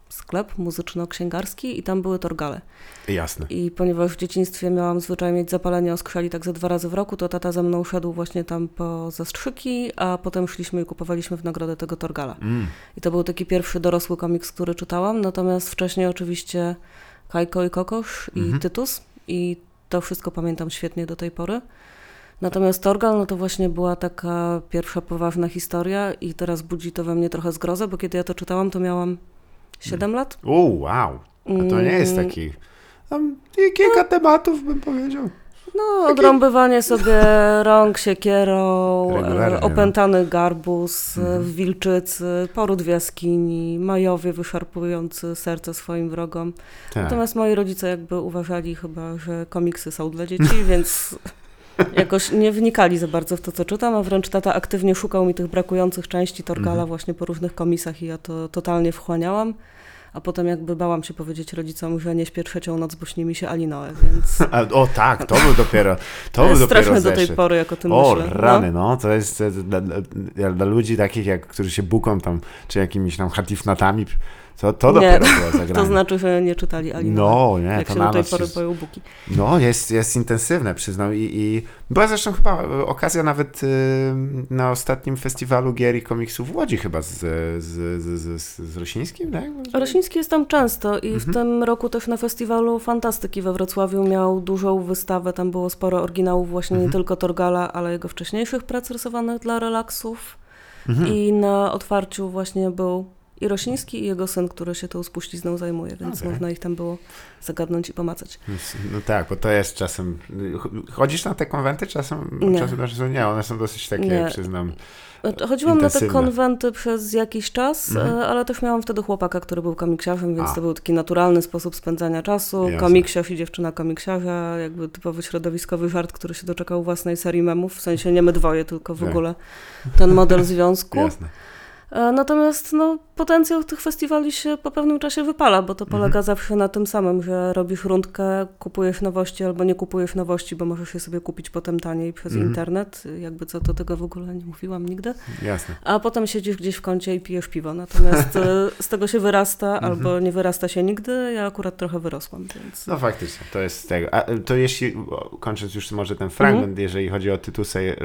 sklep muzyczno-księgarski i tam były Torgale. Jasne. I ponieważ w dzieciństwie miałam zwyczaj mieć zapalenie oskrzeli tak ze dwa razy w roku, to tata ze mną szedł właśnie tam po zastrzyki, a potem szliśmy i kupowaliśmy w nagrodę tego Torgala. Mm. I to był taki pierwszy dorosły komiks, który czytałam, natomiast wcześniej oczywiście Kajko i Kokosz i Mhm. Tytus i to wszystko pamiętam świetnie do tej pory. Natomiast Torgal, no to właśnie była taka pierwsza poważna historia i teraz budzi to we mnie trochę zgrozę, bo kiedy ja to czytałam, to miałam siedem lat. O, wow. A to nie jest Mm. taki... Tam kilka tematów bym powiedział. No, odrąbywanie sobie rąk siekierą, Regularnie, e, opętany garbus Mhm. e, w wilczycy, poród w jaskini, majowie wyszarpujący serce swoim wrogom. Tak. Natomiast moi rodzice jakby uważali chyba, że komiksy są dla dzieci, więc jakoś nie wnikali za bardzo w to, co czytam, a wręcz tata aktywnie szukał mi tych brakujących części Torgala Mhm. właśnie po różnych komiksach i ja to totalnie wchłaniałam. A potem jakby bałam się powiedzieć rodzicom, że nie śpię trzecią noc, bo śni mi się Alinoe, więc A, o tak, to był dopiero to, to był jest dopiero straszne do tej zeszyt. pory, jak o tym O, myślę. rany, no, to jest e, dla, dla, dla ludzi takich, jak, którzy się buką tam, czy jakimiś tam hatifnatami, to, to Nie, dopiero było zagrane. To znaczy, że nie czytali Alinoe, No, nie, jak to się na do tej nas pory jest, boją buki. no, jest, jest intensywne, przyznam. I, i była zresztą chyba e, okazja nawet y, na ostatnim festiwalu gier i komiksów w Łodzi chyba z, z, z, z, z, z Rosińskim, tak? Rosiński jest tam często i w Mhm. tym roku też na festiwalu Fantastyki we Wrocławiu miał dużą wystawę, tam było sporo oryginałów właśnie Mhm. nie tylko Torgala, ale jego wcześniejszych prac rysowanych dla relaksów Mhm. i na otwarciu właśnie był i Rosiński i jego syn, który się tą spuścizną zajmuje, więc Okej. można ich tam było zagadnąć i pomacać. No tak, bo to jest czasem... Chodzisz na te konwenty czasem? Nie. Czasem znaczy, nie, one są dosyć takie, Nie. przyznam... Chodziłam na te Intensywne. konwenty przez jakiś czas, Mhm. e, ale też miałam wtedy chłopaka, który był komiksiarzem, więc A. to był taki naturalny sposób spędzania czasu. Jasne. Komiksiarz i dziewczyna komiksiarza, jakby typowy środowiskowy żart, który się doczekał własnej serii memów, w sensie nie my dwoje, tylko w Tak. ogóle ten model związku. Jasne. E, Natomiast no, potencjał tych festiwali się po pewnym czasie wypala, bo to Mhm. polega zawsze na tym samym, że robisz rundkę, kupujesz nowości albo nie kupujesz nowości, bo możesz je sobie kupić potem taniej przez Mhm. internet. Jakby co, to tego w ogóle nie mówiłam nigdy. Jasne. A potem siedzisz gdzieś w kącie i pijesz piwo. Natomiast e, z tego się wyrasta Mhm. albo nie wyrasta się nigdy. Ja akurat trochę wyrosłam, więc... No faktycznie, to jest z tego. A to jeśli, o, kończąc już może ten fragment, Mhm. jeżeli chodzi o Tytusa, e,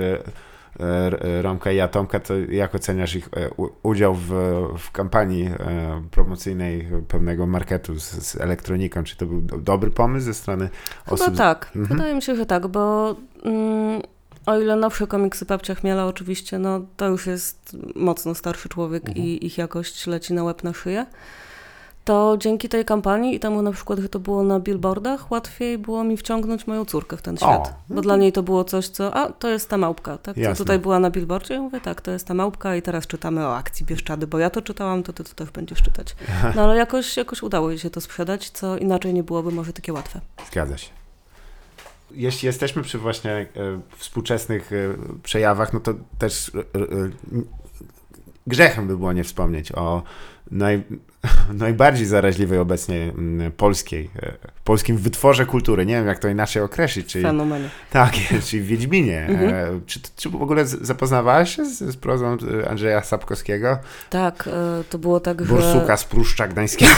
e, Romka i Atomka, to jak oceniasz ich e, u, udział w, w kampanii e, promocyjnej pewnego marketu z, z elektroniką? Czy to był do, dobry pomysł ze strony Chyba osób? tak. Mhm. Wydaje mi się, że tak, bo mm, o ile nowsze komiksy Babcia Chmiela oczywiście, no to już jest mocno starszy człowiek Mhm. i ich jakość leci na łeb na szyję, to dzięki tej kampanii i temu na przykład, że to było na billboardach, łatwiej było mi wciągnąć moją córkę w ten świat. no Bo to- dla niej to było coś, co, a to jest ta małpka, tak? Co Jasne. tutaj była na billboardzie. Ja mówię, tak, to jest ta małpka i teraz czytamy o akcji Bieszczady, bo ja to czytałam, to ty to też będziesz czytać. No ale jakoś, jakoś udało jej się to sprzedać, co inaczej nie byłoby może takie łatwe. Zgadza się. Jeśli jesteśmy przy właśnie e, współczesnych e, przejawach, no to też e, e, grzechem by było nie wspomnieć o naj, najbardziej zaraźliwej obecnie m, polskiej, e, polskim wytworze kultury. Nie wiem, jak to inaczej określić. Czyli, Fenomenie. tak, czyli w Wiedźminie. Mhm. E, czy, czy w ogóle z- zapoznawałaś się z, z prozą e, Andrzeja Sapkowskiego? Tak, e, to było tak, że... Borsuka z Pruszcza Gdańskiego.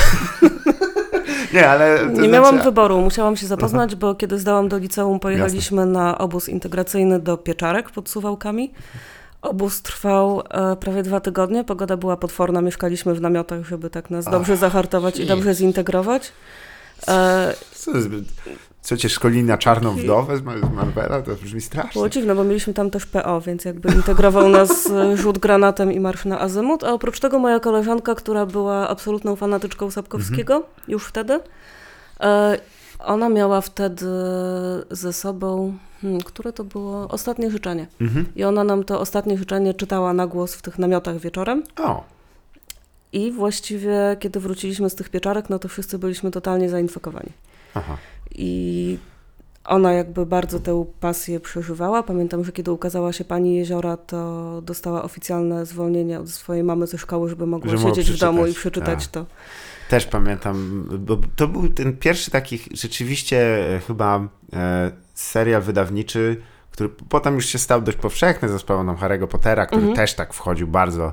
Nie, ale... to Nie znaczy- miałam wyboru, musiałam się zapoznać, bo kiedy zdałam do liceum, pojechaliśmy na obóz integracyjny do Pieczarek pod Suwałkami. Obóz trwał e, prawie dwa tygodnie, pogoda była potworna, mieszkaliśmy w namiotach, żeby tak nas dobrze Ach, zahartować i dobrze zintegrować. E, Co, to jest- co cię szkoli na czarną wdowę z Mar- z Marvela? To brzmi strasznie. było dziwne, bo mieliśmy tam też P O, więc jakby integrował nas e, rzut granatem i marsz na azymut, a oprócz tego moja koleżanka, która była absolutną fanatyczką Sapkowskiego, Mhm. już wtedy, e, ona miała wtedy ze sobą, hmm, które to było? Ostatnie życzenie. Mhm. I ona nam to ostatnie życzenie czytała na głos w tych namiotach wieczorem. O, I właściwie, kiedy wróciliśmy z tych pieczarek, no to wszyscy byliśmy totalnie zainfekowani. aha. I ona jakby bardzo tę pasję przeżywała. Pamiętam, że kiedy ukazała się Pani Jeziora, to dostała oficjalne zwolnienie od swojej mamy ze szkoły, żeby mogła Że mogła siedzieć w domu i przeczytać. przeczytać Tak. to. Też pamiętam, bo to był ten pierwszy taki rzeczywiście e, chyba e, serial wydawniczy, który potem już się stał dość powszechny za sprawą tam Harry'ego Pottera, który Mhm. też tak wchodził bardzo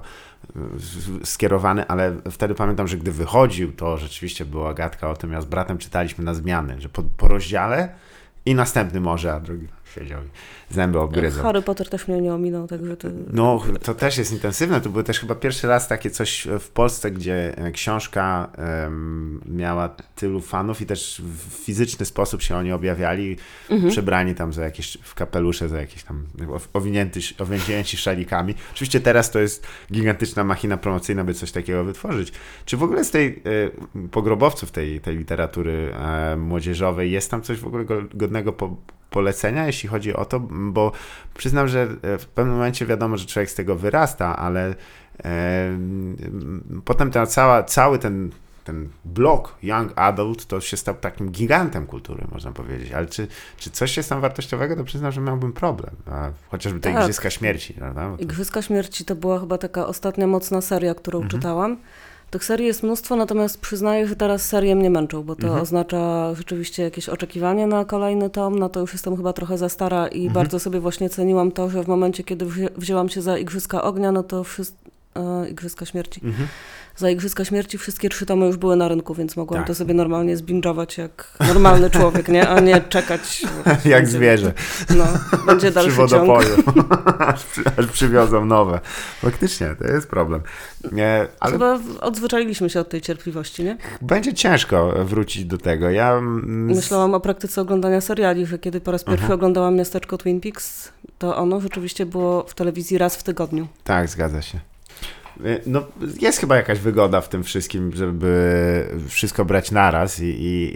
skierowany, ale wtedy pamiętam, że gdy wychodził, to rzeczywiście była gadka o tym, ja z bratem czytaliśmy na zmiany, że po, po rozdziale i następny może, a drugi siedział i zęby obgryzał. Harry Potter też mnie nie ominął, także to... No, to też jest intensywne. To było też chyba pierwszy raz takie coś w Polsce, gdzie książka um, miała tylu fanów i też w fizyczny sposób się oni objawiali, mhm. przebrani tam za jakieś, w kapelusze, za jakieś tam owinięty, owinięci szalikami. Oczywiście teraz to jest gigantyczna machina promocyjna, by coś takiego wytworzyć. Czy w ogóle z tej y, pogrobowców tej, tej literatury y, młodzieżowej jest tam coś w ogóle godnego po polecenia, jeśli chodzi o to, bo przyznam, że w pewnym momencie wiadomo, że człowiek z tego wyrasta, ale e, potem ta cała, cały ten, ten blok Young Adult to się stał takim gigantem kultury, można powiedzieć. Ale czy, czy coś jest tam wartościowego, to przyznam, że miałbym problem. A chociażby te tak. Igrzyska Śmierci. Prawda? To... Igrzyska Śmierci to była chyba taka ostatnia mocna seria, którą mhm. czytałam. Tych serii jest mnóstwo, natomiast przyznaję, że teraz serie mnie męczą, bo to mhm. oznacza rzeczywiście jakieś oczekiwanie na kolejny tom, na to już jestem chyba trochę za stara i mhm. bardzo sobie właśnie ceniłam to, że w momencie, kiedy wzi- wzięłam się za Igrzyska Ognia, no to wszystko, e, Igrzyska Śmierci, mhm. za Igrzyska Śmierci wszystkie trzy tomy już były na rynku, więc mogłam tak. to sobie normalnie zbingować jak normalny człowiek, nie? A nie czekać. Jak będzie, zwierzę. No, będzie dalszy przy wodopoju. ciąg. aż, przy, aż przywiozą nowe. Faktycznie, to jest problem. Nie, ale... Chyba odzwyczailiśmy się od tej cierpliwości, nie? Będzie ciężko wrócić do tego. Ja myślałam o praktyce oglądania seriali, że kiedy po raz pierwszy uh-huh. oglądałam Miasteczko Twin Peaks, to ono rzeczywiście było w telewizji raz w tygodniu. Tak, zgadza się. No, jest chyba jakaś wygoda w tym wszystkim, żeby wszystko brać naraz i, i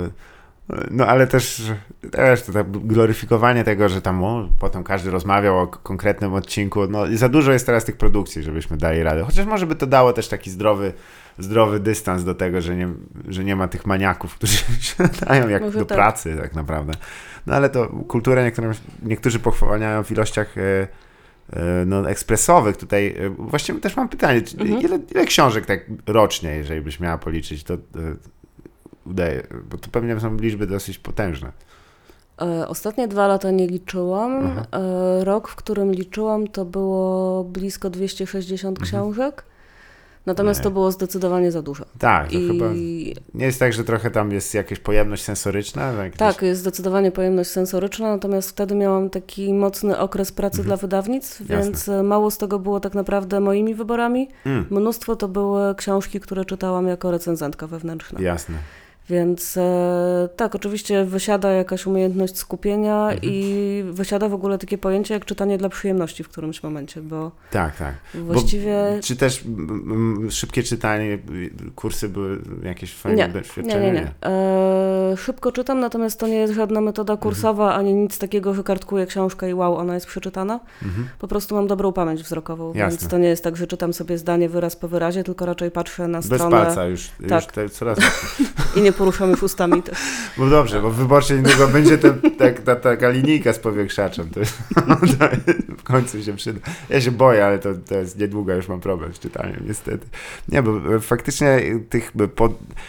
no ale też, też to tak gloryfikowanie tego, że tam o, potem każdy rozmawiał o konkretnym odcinku, no za dużo jest teraz tych produkcji, żebyśmy dali radę. Chociaż może by to dało też taki zdrowy, zdrowy dystans do tego, że nie, że nie ma tych maniaków, którzy się dają jak może do tak. pracy tak naprawdę. No ale to kulturę niektórym, niektórzy pochłaniają w ilościach e, no, ekspresowych. Tutaj właściwie też mam pytanie, mhm. ile, ile książek tak rocznie, jeżeli byś miała policzyć, to udaje, bo to pewnie są liczby dosyć potężne. E, ostatnie dwa lata nie liczyłam. E, rok, w którym liczyłam, to było blisko dwieście sześćdziesiąt mhm. książek. Natomiast nie. to było zdecydowanie za dużo. Tak, to I... chyba nie jest tak, że trochę tam jest jakaś pojemność sensoryczna? Jakieś... Tak, jest zdecydowanie pojemność sensoryczna, natomiast wtedy miałam taki mocny okres pracy mhm. dla wydawnictw, Jasne. więc mało z tego było tak naprawdę moimi wyborami. Mm. Mnóstwo to były książki, które czytałam jako recenzentka wewnętrzna. Jasne. Więc e, tak, oczywiście wysiada jakaś umiejętność skupienia mhm. i wysiada w ogóle takie pojęcie jak czytanie dla przyjemności w którymś momencie, bo tak, tak. właściwie... Bo, czy też m, szybkie czytanie, kursy były jakieś fajne nie, doświadczenie? Nie, nie, nie. E, szybko czytam, natomiast to nie jest żadna metoda kursowa, mhm. ani nic takiego, że kartkuję książkę i wow, ona jest przeczytana. Mhm. Po prostu mam dobrą pamięć wzrokową, Jasne. więc to nie jest tak, że czytam sobie zdanie wyraz po wyrazie, tylko raczej patrzę na Bez stronę... Bez palca już, tak. już te, coraz I nie poruszam już ustami też. Bo dobrze, bo w wyborczej niedługo będzie ten, tak, ta, taka linijka z powiększaczem. To, to w końcu się przyda. Ja się boję, ale to, to jest niedługo, już mam problem z czytaniem, niestety. Nie, bo faktycznie tych, pod,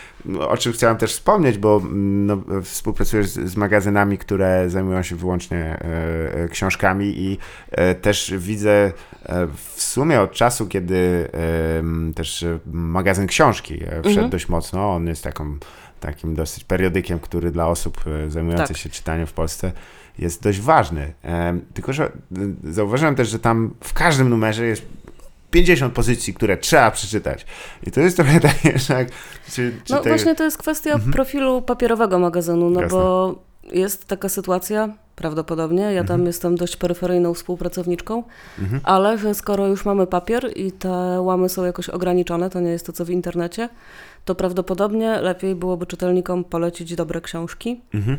o czym chciałem też wspomnieć, bo no, współpracuję z, z magazynami, które zajmują się wyłącznie e, książkami i e, też widzę e, w sumie od czasu, kiedy e, też magazyn książki wszedł mhm. dość mocno, on jest taką takim dosyć periodykiem, który dla osób zajmujących tak. się czytaniem w Polsce jest dość ważny. E, tylko, że zauważyłem też, że tam w każdym numerze jest pięćdziesiąt pozycji, które trzeba przeczytać. I to jest trochę takie, że... Jak, czy, czy no te... właśnie to jest kwestia mhm. profilu papierowego magazynu, no Jasne. bo jest taka sytuacja, prawdopodobnie, ja tam mhm. jestem dość peryferyjną współpracowniczką, mhm. ale że skoro już mamy papier i te łamy są jakoś ograniczone, to nie jest to co w internecie, to prawdopodobnie lepiej byłoby czytelnikom polecić dobre książki. Mhm.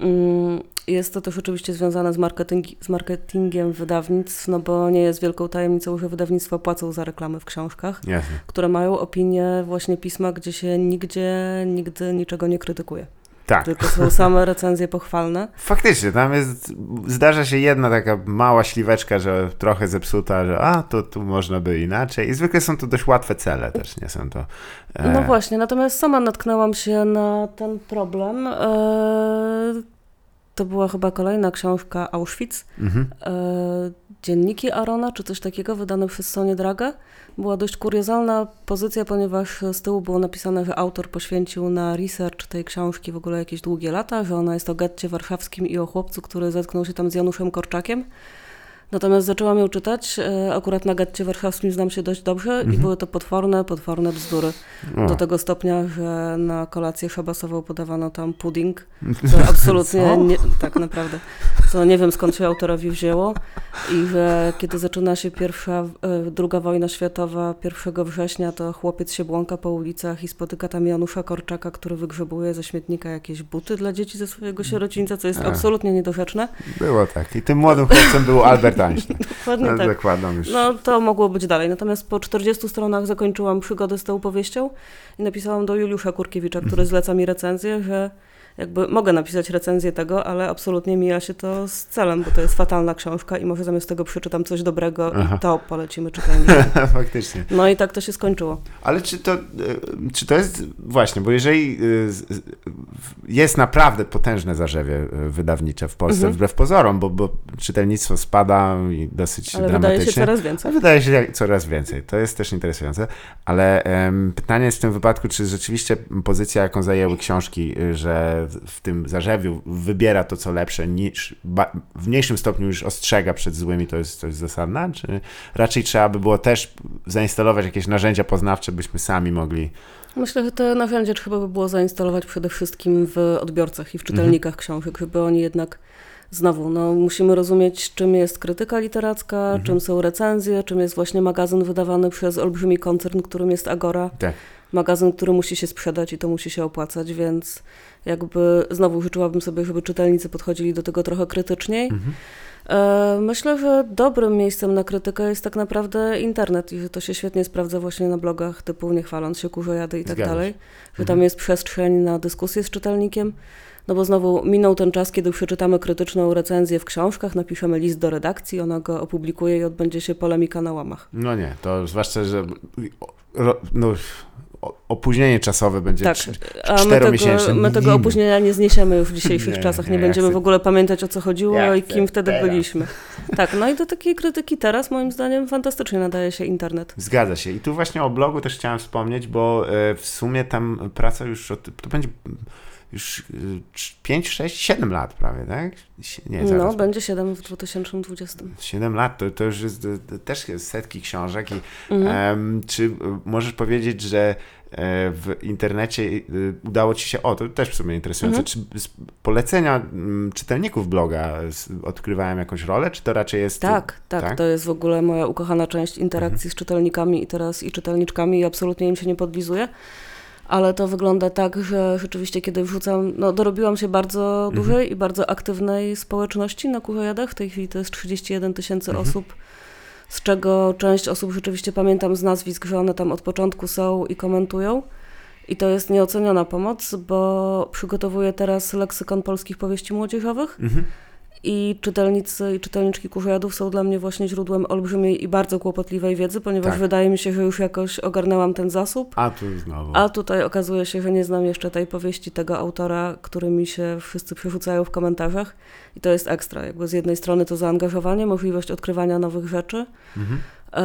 Jest to też oczywiście związane z, marketing, z marketingiem wydawnictw, no bo nie jest wielką tajemnicą, że wydawnictwa płacą za reklamy w książkach, Jasne. które mają opinię właśnie pisma, gdzie się nigdzie, nigdy niczego nie krytykuje. Tak. Tylko są same recenzje pochwalne. Faktycznie, tam jest, zdarza się jedna taka mała śliweczka, że trochę zepsuta, że a, to tu można by inaczej. I zwykle są to dość łatwe cele też, nie są to... E... No właśnie, natomiast sama natknęłam się na ten problem, e... to była chyba kolejna książka Auschwitz, Mhm. e, Dzienniki Arona, czy coś takiego, wydane przez Sonię Dragę. Była dość kuriozalna pozycja, ponieważ z tyłu było napisane, że autor poświęcił na research tej książki w ogóle jakieś długie lata, że ona jest o getcie warszawskim i o chłopcu, który zetknął się tam z Januszem Korczakiem. Natomiast zaczęłam ją czytać, e, akurat na getcie warszawskim znam się dość dobrze Mhm. i były to potworne, potworne bzdury. O. Do tego stopnia, że na kolację szabasową podawano tam pudding, co absolutnie Co? nie, tak naprawdę, co nie wiem skąd się autorowi wzięło i że kiedy zaczyna się pierwsza, e, druga wojna światowa, pierwszego września, to chłopiec się błąka po ulicach i spotyka tam Janusza Korczaka, który wygrzebuje ze śmietnika jakieś buty dla dzieci ze swojego sierocińca, co jest A. absolutnie niedorzeczne. Było tak. I tym młodym chłopcem był Albert Einstein. Dokładnie No, tak. zakładam już. No to mogło być dalej. Natomiast po czterdziestu stronach zakończyłam przygodę z tą powieścią i napisałam do Juliusza Kurkiewicza, który zleca mi recenzję, że jakby mogę napisać recenzję tego, ale absolutnie mija się to z celem, bo to jest fatalna książka i może zamiast tego przeczytam coś dobrego Aha. i to polecimy czytelnikom. Faktycznie. No i tak to się skończyło. Ale czy to, y, czy to jest właśnie, bo jeżeli y, z- y, jest naprawdę potężne zarzewie y, wydawnicze w Polsce, Mhm. wbrew pozorom, bo, bo czytelnictwo spada i dosyć Ale dramatycznie. wydaje się coraz A więcej. wydaje się jak- coraz więcej. To jest też interesujące. Ale em, pytanie jest w tym wypadku, czy rzeczywiście pozycja, jaką zajęły książki, y, że w tym zarzewiu wybiera to, co lepsze, niż ba- w mniejszym stopniu już ostrzega przed złymi, to jest, to jest zasadna? Czy raczej trzeba by było też zainstalować jakieś narzędzia poznawcze, byśmy sami mogli... Myślę, że to narzędzie trzeba by było zainstalować przede wszystkim w odbiorcach i w czytelnikach książek, żeby oni jednak znowu, no musimy rozumieć, czym jest krytyka literacka, Mhm. czym są recenzje, czym jest właśnie magazyn wydawany przez olbrzymi koncern, którym jest Agora. Tak. Magazyn, który musi się sprzedać i to musi się opłacać, więc jakby znowu życzyłabym sobie, żeby czytelnicy podchodzili do tego trochę krytyczniej. Mhm. E, Myślę, że dobrym miejscem na krytykę jest tak naprawdę internet i że to się świetnie sprawdza właśnie na blogach typu Nie chwaląc się, Kurzojady i tak Zgadza się. dalej, że Mhm. tam jest przestrzeń na dyskusję z czytelnikiem, no bo znowu minął ten czas, kiedy przeczytamy krytyczną recenzję w książkach, napiszemy list do redakcji, ona go opublikuje i odbędzie się polemika na łamach. No nie, to zwłaszcza, że ro, no, o- opóźnienie czasowe będzie Tak, trz- a my tego, czteromiesięczne. my tego opóźnienia nie zniesiemy już w dzisiejszych Nie, czasach, nie, nie ja będziemy chcę- w ogóle pamiętać, o co chodziło Ja i chcę kim wtedy teraz. byliśmy. Tak, no i do takiej krytyki teraz moim zdaniem fantastycznie nadaje się internet. Zgadza się. I tu właśnie o blogu też chciałem wspomnieć, bo e, w sumie tam praca już od, to będzie już pięć, sześć, siedem lat prawie, tak? Sie- Nie, zaraz. No, będzie siedem w dwa tysiące dwudziestym. siedem lat, to, to już jest e, to też jest setki książek. I, Mhm. em, czy e, możesz powiedzieć, że e, w internecie e, udało ci się, o to też w sumie interesujące, Mhm. czy z polecenia m, czytelników bloga s- odkrywałem jakąś rolę, czy to raczej jest... Tak, tak, tak? to jest w ogóle moja ukochana część interakcji z czytelnikami i teraz i czytelniczkami i absolutnie im się nie podlizuje. Ale to wygląda tak, że rzeczywiście kiedy wrzucam, no dorobiłam się bardzo dużej i bardzo aktywnej społeczności na Kurzojadach. W tej chwili to jest trzydzieści jeden tysięcy Mhm. osób, z czego część osób rzeczywiście pamiętam z nazwisk, że one tam od początku są i komentują. I to jest nieoceniona pomoc, bo przygotowuję teraz leksykon polskich powieści młodzieżowych Mhm. i czytelnicy i czytelniczki Kurzojadów są dla mnie właśnie źródłem olbrzymiej i bardzo kłopotliwej wiedzy, ponieważ Tak. wydaje mi się, że już jakoś ogarnęłam ten zasób. A tu znowu. A tutaj okazuje się, że nie znam jeszcze tej powieści tego autora, który mi się wszyscy przerzucają w komentarzach. I to jest ekstra. Jakby z jednej strony to zaangażowanie, możliwość odkrywania nowych rzeczy. Mhm.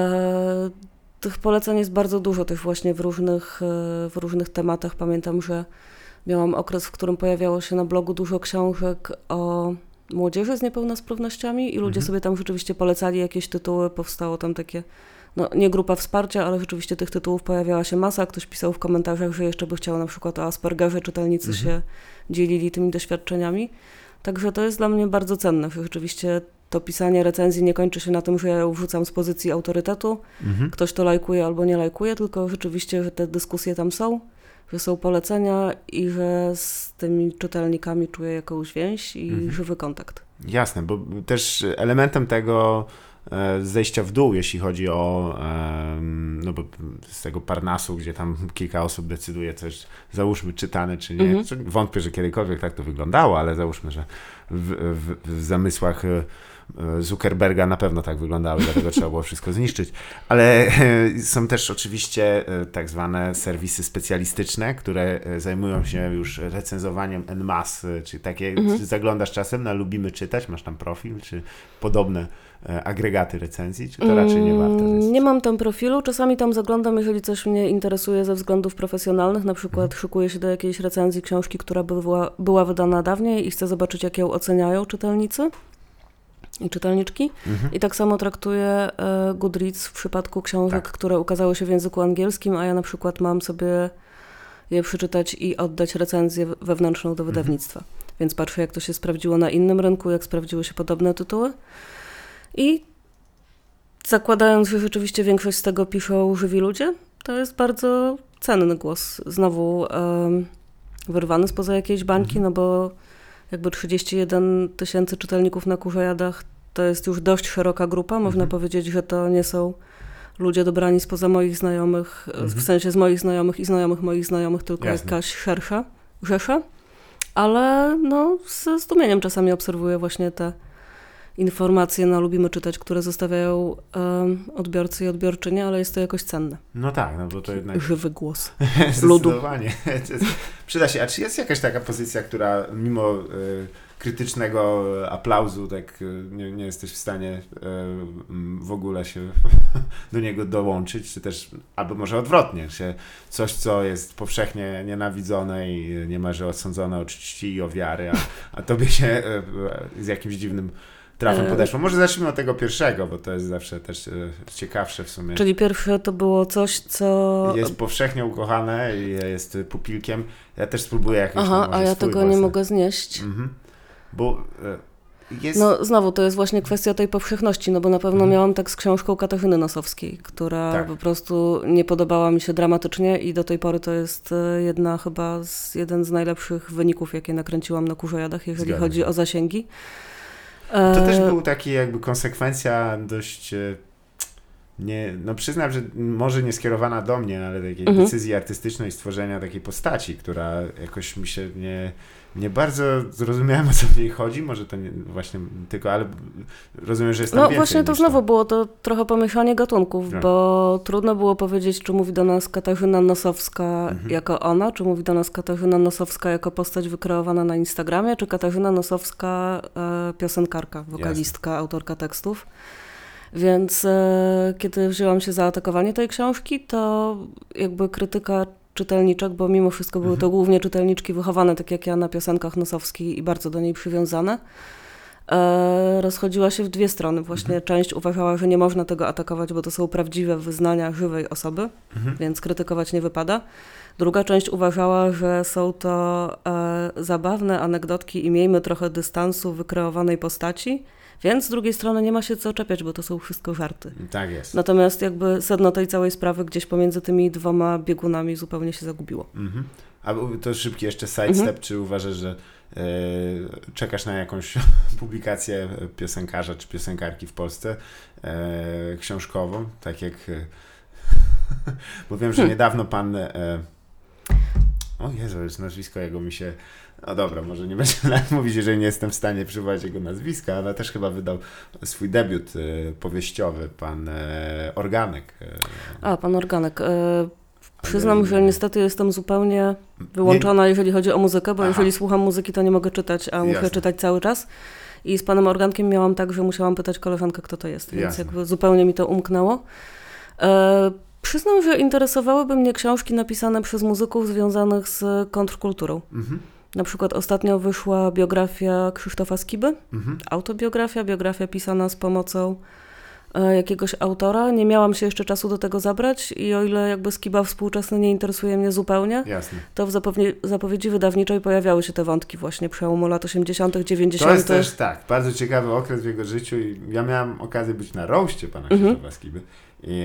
E, tych poleceń jest bardzo dużo też właśnie w różnych, e, w różnych tematach. Pamiętam, że miałam okres, w którym pojawiało się na blogu dużo książek o młodzieży z niepełnosprawnościami i ludzie Mhm. sobie tam rzeczywiście polecali jakieś tytuły. Powstało tam takie, no nie grupa wsparcia, ale rzeczywiście tych tytułów pojawiała się masa. Ktoś pisał w komentarzach, że jeszcze by chciał na przykład o Aspergerze. Czytelnicy Mhm. się dzielili tymi doświadczeniami. Także to jest dla mnie bardzo cenne, że rzeczywiście to pisanie recenzji nie kończy się na tym, że ja ją wrzucam z pozycji autorytetu. Mhm. Ktoś to lajkuje albo nie lajkuje, tylko rzeczywiście, że te dyskusje tam są, że są polecenia i że z tymi czytelnikami czuję jakąś więź i Mhm. żywy kontakt. Jasne, bo też elementem tego e, zejścia w dół, jeśli chodzi o em, no bo z tego Parnasu, gdzie tam kilka osób decyduje coś, załóżmy czytane czy nie. Mhm. Wątpię, że kiedykolwiek tak to wyglądało, ale załóżmy, że w, w, w zamysłach e, Zuckerberga na pewno tak wyglądały, dlatego trzeba było wszystko zniszczyć. Ale są też oczywiście tak zwane serwisy specjalistyczne, które zajmują się już recenzowaniem en masse, czyli takie, mhm. zaglądasz czasem na Lubimy Czytać, masz tam profil, czy podobne agregaty recenzji, czy to raczej nie warto? Jest? Nie mam tam profilu, czasami tam zaglądam, jeżeli coś mnie interesuje ze względów profesjonalnych, na przykład mhm. szykuję się do jakiejś recenzji książki, która była, była wydana dawniej i chcę zobaczyć, jak ją oceniają czytelnicy i czytelniczki. Mhm. I tak samo traktuję e, Goodreads w przypadku książek, tak. które ukazały się w języku angielskim, a ja na przykład mam sobie je przeczytać i oddać recenzję wewnętrzną do wydawnictwa. Mhm. Więc patrzę, jak to się sprawdziło na innym rynku, jak sprawdziły się podobne tytuły. I zakładając, że rzeczywiście większość z tego piszą żywi ludzie, to jest bardzo cenny głos. Znowu um, wyrwany spoza jakiejś bańki, mhm. no bo jakby trzydzieści jeden tysięcy czytelników na Kurzojadach to jest już dość szeroka grupa. Można mhm. powiedzieć, że to nie są ludzie dobrani spoza moich znajomych, mhm. w sensie z moich znajomych i znajomych moich znajomych, tylko Jasne. jakaś szersza rzesza. Ale no, ze zdumieniem czasami obserwuję właśnie te informacje na Lubimy Czytać, które zostawiają um, odbiorcy i odbiorczynie, ale jest to jakoś cenne. No tak, no bo to jednak... Żywy głos ludu. Zdecydowanie. Przyda się. A czy jest jakaś taka pozycja, która mimo y, krytycznego aplauzu, tak y, nie, nie jesteś w stanie y, w ogóle się do niego dołączyć, czy też, albo może odwrotnie, się coś, co jest powszechnie nienawidzone i niemalże osądzone o czci i o wiary, a, a tobie się y, z jakimś dziwnym trafem podeszło. Może zacznijmy od tego pierwszego, bo to jest zawsze też e, ciekawsze w sumie. Czyli pierwsze to było coś, co... Jest powszechnie ukochane i jest pupilkiem. Ja też spróbuję jakoś... Aha, a ja tego własny. nie mogę znieść. Mhm. Bo e, jest... No znowu, to jest właśnie kwestia tej powszechności, no bo na pewno mhm. miałam tak z książką Katarzyny Nosowskiej, która tak. po prostu nie podobała mi się dramatycznie i do tej pory to jest jedna chyba z, jeden z najlepszych wyników, jakie nakręciłam na Kurzojadach, jeżeli Zgadzam chodzi się. o zasięgi. To też był taki jakby konsekwencja dość, nie, no przyznam, że może nie skierowana do mnie, ale takiej mhm. decyzji artystycznej stworzenia takiej postaci, która jakoś mi się nie, nie bardzo zrozumiałem, o co w niej chodzi, może to nie, właśnie tylko, ale rozumiem, że jest tam No więcej właśnie to znowu to. było to trochę pomieszanie gatunków, no. bo trudno było powiedzieć, czy mówi do nas Katarzyna Nosowska mhm. jako ona, czy mówi do nas Katarzyna Nosowska jako postać wykreowana na Instagramie, czy Katarzyna Nosowska e, piosenkarka, wokalistka, Jasne. autorka tekstów. Więc e, kiedy wzięłam się za atakowanie tej książki, to jakby krytyka czytelniczek, bo mimo wszystko były to głównie czytelniczki wychowane, tak jak ja, na piosenkach Nosowskiej i bardzo do niej przywiązane, e, rozchodziła się w dwie strony. Właśnie mhm. część uważała, że nie można tego atakować, bo to są prawdziwe wyznania żywej osoby, mhm. więc krytykować nie wypada. Druga część uważała, że są to e, zabawne anegdotki i miejmy trochę dystansu wykreowanej postaci, więc z drugiej strony nie ma się co czepiać, bo to są wszystko żarty. Tak jest. Natomiast jakby sedno tej całej sprawy gdzieś pomiędzy tymi dwoma biegunami zupełnie się zagubiło. Mhm. A to szybki jeszcze sidestep, mhm. czy uważasz, że e, czekasz na jakąś publikację piosenkarza czy piosenkarki w Polsce e, książkową, tak jak e, bo wiem, że hmm. niedawno pan e, o Jezu, już nazwisko jego mi się... No dobra, może nie będę mówić, jeżeli nie jestem w stanie przywołać jego nazwiska, ale też chyba wydał swój debiut e, powieściowy, pan e, Organek. E, A, pan Organek. E, przyznam, ale... że niestety jestem zupełnie wyłączona, nie... jeżeli chodzi o muzykę, bo Aha. jeżeli słucham muzyki, to nie mogę czytać, a muszę Jasne. czytać cały czas. I z panem Organkiem miałam tak, że musiałam pytać koleżankę, kto to jest, więc Jasne. jakby zupełnie mi to umknęło. E, Przyznam, że interesowałyby mnie książki napisane przez muzyków związanych z kontrkulturą. Mhm. Na przykład ostatnio wyszła biografia Krzysztofa Skiby, mhm. autobiografia, biografia pisana z pomocą e, jakiegoś autora. Nie miałam się jeszcze czasu do tego zabrać i o ile jakby Skiba współczesny nie interesuje mnie zupełnie, Jasne. to w zapowiedzi, zapowiedzi wydawniczej pojawiały się te wątki właśnie przełomu lat osiemdziesiątych, dziewięćdziesiątych. To jest też tak, bardzo ciekawy okres w jego życiu i ja miałam okazję być na roście pana Krzysztofa mhm. Skiby. I,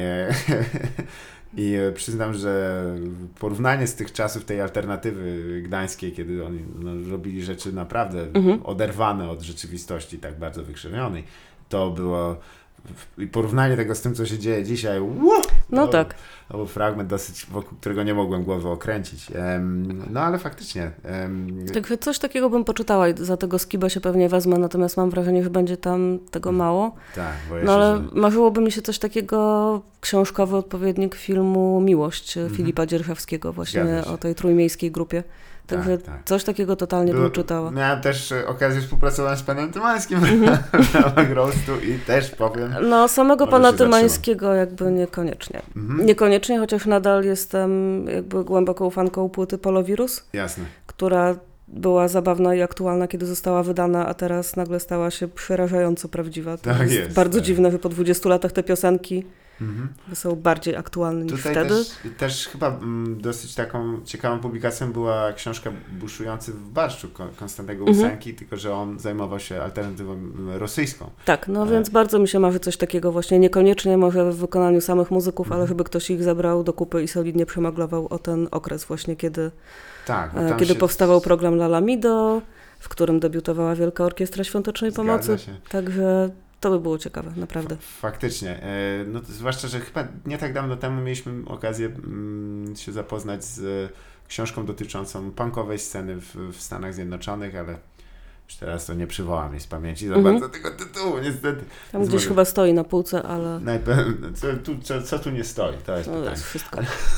I przyznam, że porównanie z tych czasów tej alternatywy gdańskiej, kiedy oni no, robili rzeczy naprawdę mhm. oderwane od rzeczywistości, tak bardzo wykrzywionej, to było i porównanie tego z tym, co się dzieje dzisiaj, wow, no to, tak. to był fragment dosyć, wokół którego nie mogłem głowy okręcić. Um, no ale faktycznie. Um, Także coś takiego bym poczytała i za tego Skibę się pewnie wezmę, natomiast mam wrażenie, że będzie tam tego mało. tak, boję No się, ale że... marzyłoby mi się coś takiego, książkowy odpowiednik filmu Miłość Mhm. Filipa Dzierżawskiego, właśnie Zgadza się. o tej trójmiejskiej grupie. Także Tak, tak. coś takiego totalnie Było- bym czytała. Miałem też e, okazję współpracować z panem Tymańskim w ramach roastu i też powiem... No, samego Może pana się zatrzymam. Tymańskiego jakby niekoniecznie. Mhm. Niekoniecznie, chociaż nadal jestem jakby głęboką fanką płyty Polowirus, Jasne. która była zabawna i aktualna, kiedy została wydana, a teraz nagle stała się przerażająco prawdziwa. To Tak jest, jest, bardzo tak. dziwne, że po dwudziestu latach te piosenki Mhm. są bardziej aktualne niż Tutaj wtedy. też, też chyba mm, dosyć taką ciekawą publikacją była książka Buszujący w barszczu Kon- Konstantego Mhm. Łysenki, tylko że on zajmował się alternatywą mm, rosyjską. Tak, no E. więc bardzo mi się marzy coś takiego właśnie, niekoniecznie może w wykonaniu samych muzyków, ale żeby ktoś ich zebrał do kupy i solidnie przemaglował o ten okres właśnie, kiedy, Tak, bo e, tam kiedy się... powstawał program La Lamido, w którym debiutowała Wielka Orkiestra Świątecznej Zgadza Pomocy. się. Także to by było ciekawe, naprawdę. Faktycznie. E, No, to zwłaszcza, że chyba nie tak dawno temu mieliśmy okazję mm, się zapoznać z e, książką dotyczącą punkowej sceny w, w Stanach Zjednoczonych, ale już teraz to nie przywołam jej z pamięci za Mhm. bardzo tego tytułu, niestety. Tam Z gdzieś mojego- chyba stoi na półce, ale Najpewniej, co, tu, co, co tu nie stoi, to jest to pytanie. jest wszystko.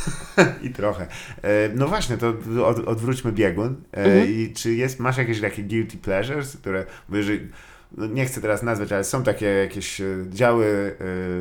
I trochę. E, No właśnie, to od, odwróćmy biegun. E, Mhm. I czy jest, masz jakieś takie guilty pleasures, które, bo jeżeli, no nie chcę teraz nazwać, ale są takie jakieś e, działy,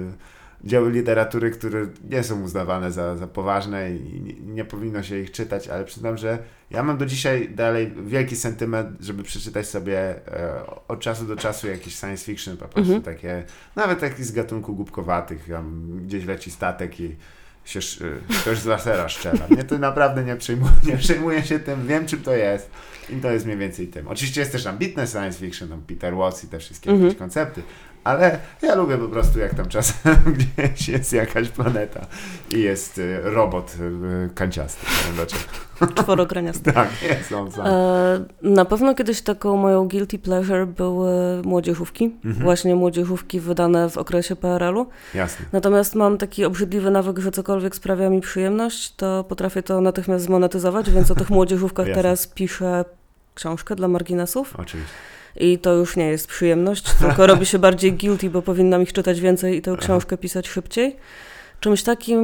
e, działy literatury, które nie są uznawane za, za poważne i nie, nie powinno się ich czytać, ale przyznam, że ja mam do dzisiaj dalej wielki sentyment, żeby przeczytać sobie e, od czasu do czasu jakiś science fiction, po prostu Mhm. takie, nawet taki z gatunku głupkowatych, tam gdzieś leci statek i się sz- ktoś z lasera strzela. Mnie to naprawdę nie przejmuje, nie przejmuję się tym, wiem czym to jest i to jest mniej więcej tym. Oczywiście jest też ambitne science fiction, tam Peter Watts i te wszystkie Mhm. jakieś koncepty, ale ja lubię po prostu jak tam czasem gdzieś jest jakaś planeta i jest y, robot y, kanciasty. Nie wiem dlaczego. Czworograniasty. Tak, jest on sam. E, Na pewno kiedyś taką moją guilty pleasure były młodzieżówki. Mhm. Właśnie młodzieżówki wydane w okresie P R L-u. Jasne. Natomiast mam taki obrzydliwy nawyk, że cokolwiek sprawia mi przyjemność, to potrafię to natychmiast zmonetyzować, więc o tych młodzieżówkach Jasne. teraz piszę książkę dla marginesów. Oczywiście. I to już nie jest przyjemność, tylko robi się bardziej guilty, bo powinnam ich czytać więcej i tę Aha. książkę pisać szybciej. Czymś takim,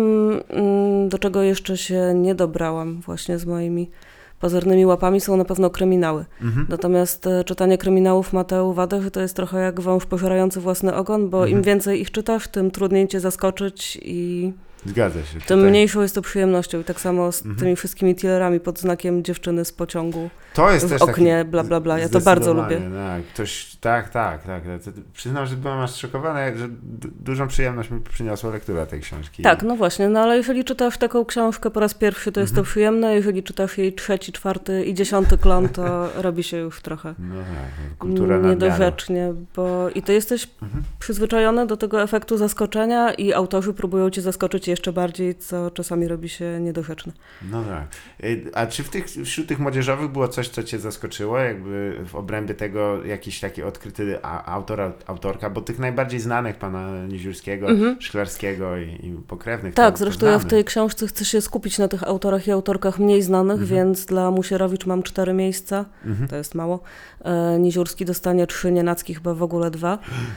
mm, do czego jeszcze się nie dobrałam właśnie z moimi pozornymi łapami, są na pewno kryminały. Mhm. Natomiast e, czytanie kryminałów ma tę wadę, że to jest trochę jak wąż pożerający własny ogon, bo Mhm. im więcej ich czytasz, tym trudniej cię zaskoczyć i Zgadza się. tym Tutaj- mniejszą jest to przyjemnością. I tak samo z Mhm. tymi wszystkimi thrillerami pod znakiem dziewczyny z pociągu To jest w też oknie, taki, bla, bla, bla. Ja to bardzo zdecydowanie, lubię. Tak, ktoś, tak, tak, tak. To, to, przyznam, że byłem aż zszokowany, że du- dużą przyjemność mi przyniosła lektura tej książki. Tak, no właśnie, no ale jeżeli czytasz taką książkę po raz pierwszy, to jest Mhm. to przyjemne, jeżeli czytasz jej trzeci, czwarty i dziesiąty klon, to robi się już trochę No tak, kultura nadmiaru. niedorzecznie, bo i ty jesteś Mhm. przyzwyczajony do tego efektu zaskoczenia i autorzy próbują cię zaskoczyć jeszcze bardziej, co czasami robi się niedorzeczne. No tak. Y, A czy w tych, wśród tych młodzieżowych było coś, co cię zaskoczyło, jakby w obrębie tego jakiś taki odkryty a- autor, autorka, bo tych najbardziej znanych, pana Niziurskiego, Mhm. Szklarskiego i, i pokrewnych. Tak, to, zresztą to ja w znamy. tej książce chcę się skupić na tych autorach i autorkach mniej znanych, Mhm. więc dla Musierowicz mam cztery miejsca, Mhm. to jest mało. E, Niziurski dostanie trzy, Nienacki chyba w ogóle dwa.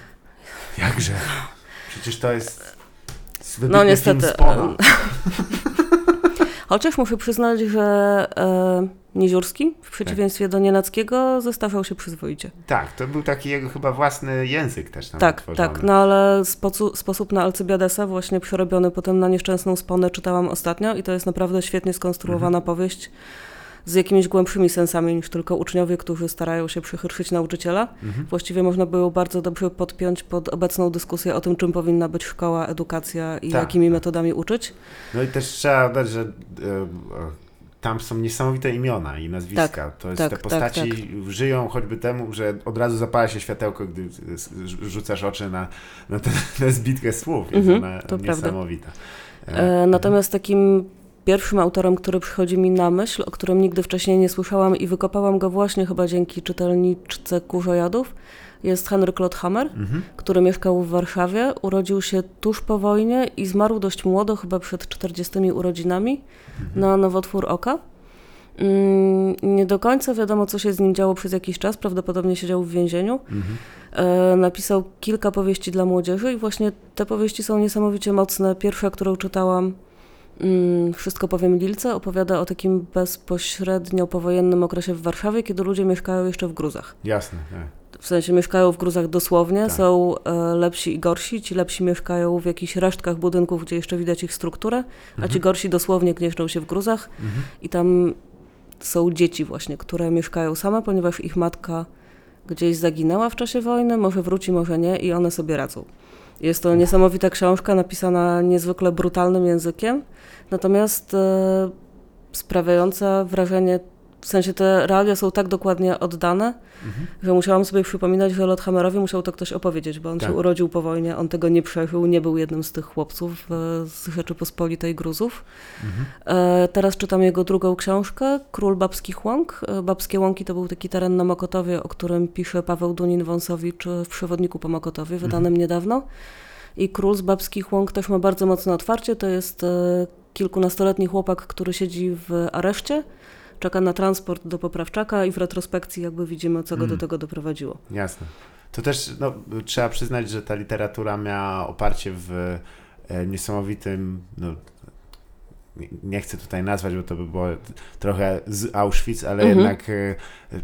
Jakże? Przecież to jest No niestety. film z Pona. Chociaż muszę przyznać, że e, Niziurski, w przeciwieństwie do Nienackiego, zestawiał się przyzwoicie. Tak, to był taki jego chyba własny język też tam Tak, utworzony. tak, no ale spocu- sposób na Alcybiadesa, właśnie przerobiony potem na Nieszczęsną Sponę, czytałam ostatnio i to jest naprawdę świetnie skonstruowana Mhm. powieść z jakimiś głębszymi sensami niż tylko uczniowie, którzy starają się przychytrzyć nauczyciela. Mhm. Właściwie można by ją bardzo dobrze podpiąć pod obecną dyskusję o tym, czym powinna być szkoła, edukacja i Tak, jakimi tak. metodami uczyć. No i też trzeba dodać, że e, e, tam są niesamowite imiona i nazwiska. Tak, to jest, tak, te tak, postaci żyją choćby temu, że od razu zapala się światełko, gdy s- rzucasz oczy na, na tę tę zbitkę słów. Jest Mhm, ona to prawda. niesamowita. E, natomiast takim pierwszym autorem, który przychodzi mi na myśl, o którym nigdy wcześniej nie słyszałam i wykopałam go właśnie chyba dzięki czytelniczce Kurzojadów, jest Henry Claude Hammer, Mhm. który mieszkał w Warszawie, urodził się tuż po wojnie i zmarł dość młodo, chyba przed czterdziestymi urodzinami, Mhm. na nowotwór oka. Nie do końca wiadomo, co się z nim działo przez jakiś czas, prawdopodobnie siedział w więzieniu. Mhm. E, napisał kilka powieści dla młodzieży i właśnie te powieści są niesamowicie mocne. Pierwsza, którą czytałam, mm, Wszystko powiem Lilce, opowiada o takim bezpośrednio powojennym okresie w Warszawie, kiedy ludzie mieszkają jeszcze w gruzach. Jasne, tak. W sensie mieszkają w gruzach dosłownie, Tak. są e, lepsi i gorsi. Ci lepsi mieszkają w jakichś resztkach budynków, gdzie jeszcze widać ich strukturę, a ci Mhm. gorsi dosłownie gnieżdżą się w gruzach Mhm. i tam są dzieci właśnie, które mieszkają same, ponieważ ich matka gdzieś zaginęła w czasie wojny, może wróci, może nie i one sobie radzą. Jest to niesamowita książka, napisana niezwykle brutalnym językiem, natomiast e, sprawiająca wrażenie, w sensie te realia są tak dokładnie oddane, Mhm. że musiałam sobie przypominać, że Lothammerowi musiał to ktoś opowiedzieć, bo on Tak. się urodził po wojnie, on tego nie przeżył, nie był jednym z tych chłopców e, z Rzeczypospolitej Gruzów. Mhm. E, teraz czytam jego drugą książkę, Król Babskich Łąk. E, Babskie Łąki to był taki teren na Mokotowie, o którym pisze Paweł Dunin-Wąsowicz w Przewodniku po Mokotowie, wydanym Mhm. niedawno. I Król z Babskich Łąk też ma bardzo mocne otwarcie. To jest e, kilkunastoletni chłopak, który siedzi w areszcie, czeka na transport do Poprawczaka i w retrospekcji jakby widzimy, co go Mm. do tego doprowadziło. Jasne. To też no, trzeba przyznać, że ta literatura miała oparcie w e, niesamowitym, no, nie, nie chcę tutaj nazwać, bo to by było trochę z Auschwitz, ale Mhm. jednak e,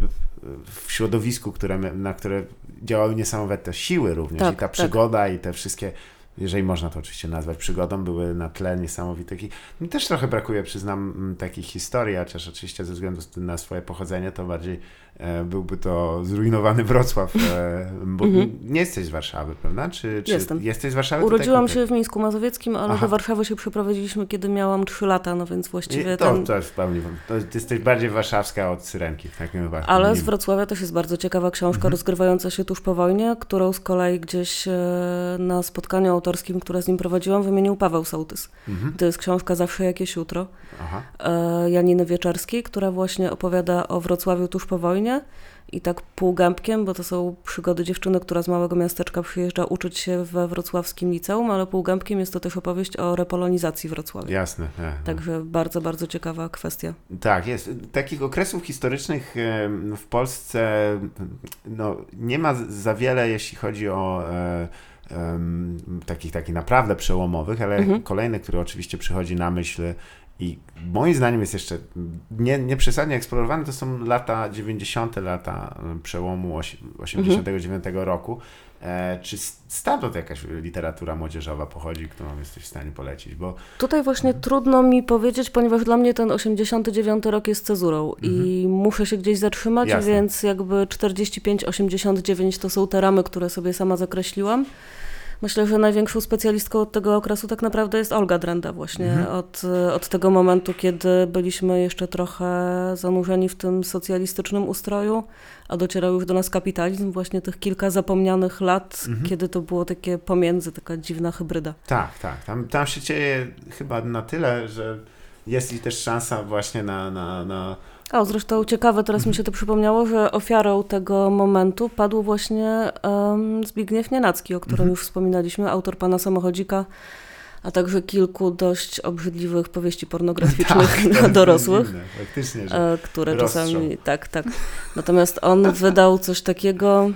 w środowisku, które, na które działały niesamowite siły również Tak, i ta tak. przygoda i te wszystkie, jeżeli można to oczywiście nazwać przygodą, były na tle niesamowitych i mi też trochę brakuje, przyznam, m, takich historii, chociaż oczywiście ze względu na swoje pochodzenie to bardziej e, byłby to zrujnowany Wrocław, e, bo Mhm. nie jesteś z Warszawy, prawda? Czy, czy Jestem. jesteś z Warszawy? Urodziłam Tutaj się w Mińsku Mazowieckim, ale Aha. do Warszawy się przeprowadziliśmy, kiedy miałam trzy lata, no więc właściwie I to, ten... to jest w pełni, to ty jesteś bardziej warszawska od Syrenki w takim wypadku. Ale z Nim- Wrocławia też jest bardzo ciekawa książka Mhm. rozgrywająca się tuż po wojnie, którą z kolei gdzieś e, na spotkaniu autorskim, które z nim prowadziłam, wymienił Paweł Sołtys. Mhm. To jest książka Zawsze jakieś jutro Aha. e, Janiny Wieczerskiej, która właśnie opowiada o Wrocławiu tuż po wojnie i tak półgębkiem, bo to są przygody dziewczyny, która z małego miasteczka przyjeżdża uczyć się we wrocławskim liceum, ale półgębkiem jest to też opowieść o repolonizacji Wrocławia. Jasne. E, Także bardzo, bardzo ciekawa kwestia. Tak, jest. Takich okresów historycznych em, w Polsce no, nie ma za wiele, jeśli chodzi o e, em, takich, takich naprawdę przełomowych, ale Mhm. kolejny, który oczywiście przychodzi na myśl i moim zdaniem jest jeszcze nie, nieprzesadnie eksplorowany, to są lata dziewięćdziesiąte, lata em, przełomu osi- osiemdziesiątego dziewiątego roku. E, czy s- stamtąd jakaś literatura młodzieżowa pochodzi, którą jesteś w stanie polecić? Bo Tutaj właśnie trudno mi powiedzieć, ponieważ dla mnie ten osiemdziesiąty dziewiąty rok jest cezurą i muszę się gdzieś zatrzymać, Jasne. więc jakby czterdzieści pięć osiemdziesiąt dziewięć to są te ramy, które sobie sama zakreśliłam. Myślę, że największą specjalistką od tego okresu tak naprawdę jest Olga Drenda właśnie. Mhm. Od, od tego momentu, kiedy byliśmy jeszcze trochę zanurzeni w tym socjalistycznym ustroju, a docierał już do nas kapitalizm, właśnie tych kilka zapomnianych lat, Mhm. kiedy to było takie pomiędzy, taka dziwna hybryda. tak, tak. Tam, tam się dzieje chyba na tyle, że jest i też szansa właśnie na... na, na... O, zresztą ciekawe, teraz mi się to przypomniało, że ofiarą tego momentu padł właśnie um, Zbigniew Nienacki, o którym Mhm. już wspominaliśmy, autor Pana Samochodzika, a także kilku dość obrzydliwych powieści pornograficznych Tak, to dla jest dorosłych, dziwne, faktycznie, że... e, które rozstrzał. czasami... Tak, tak. Natomiast on wydał coś takiego,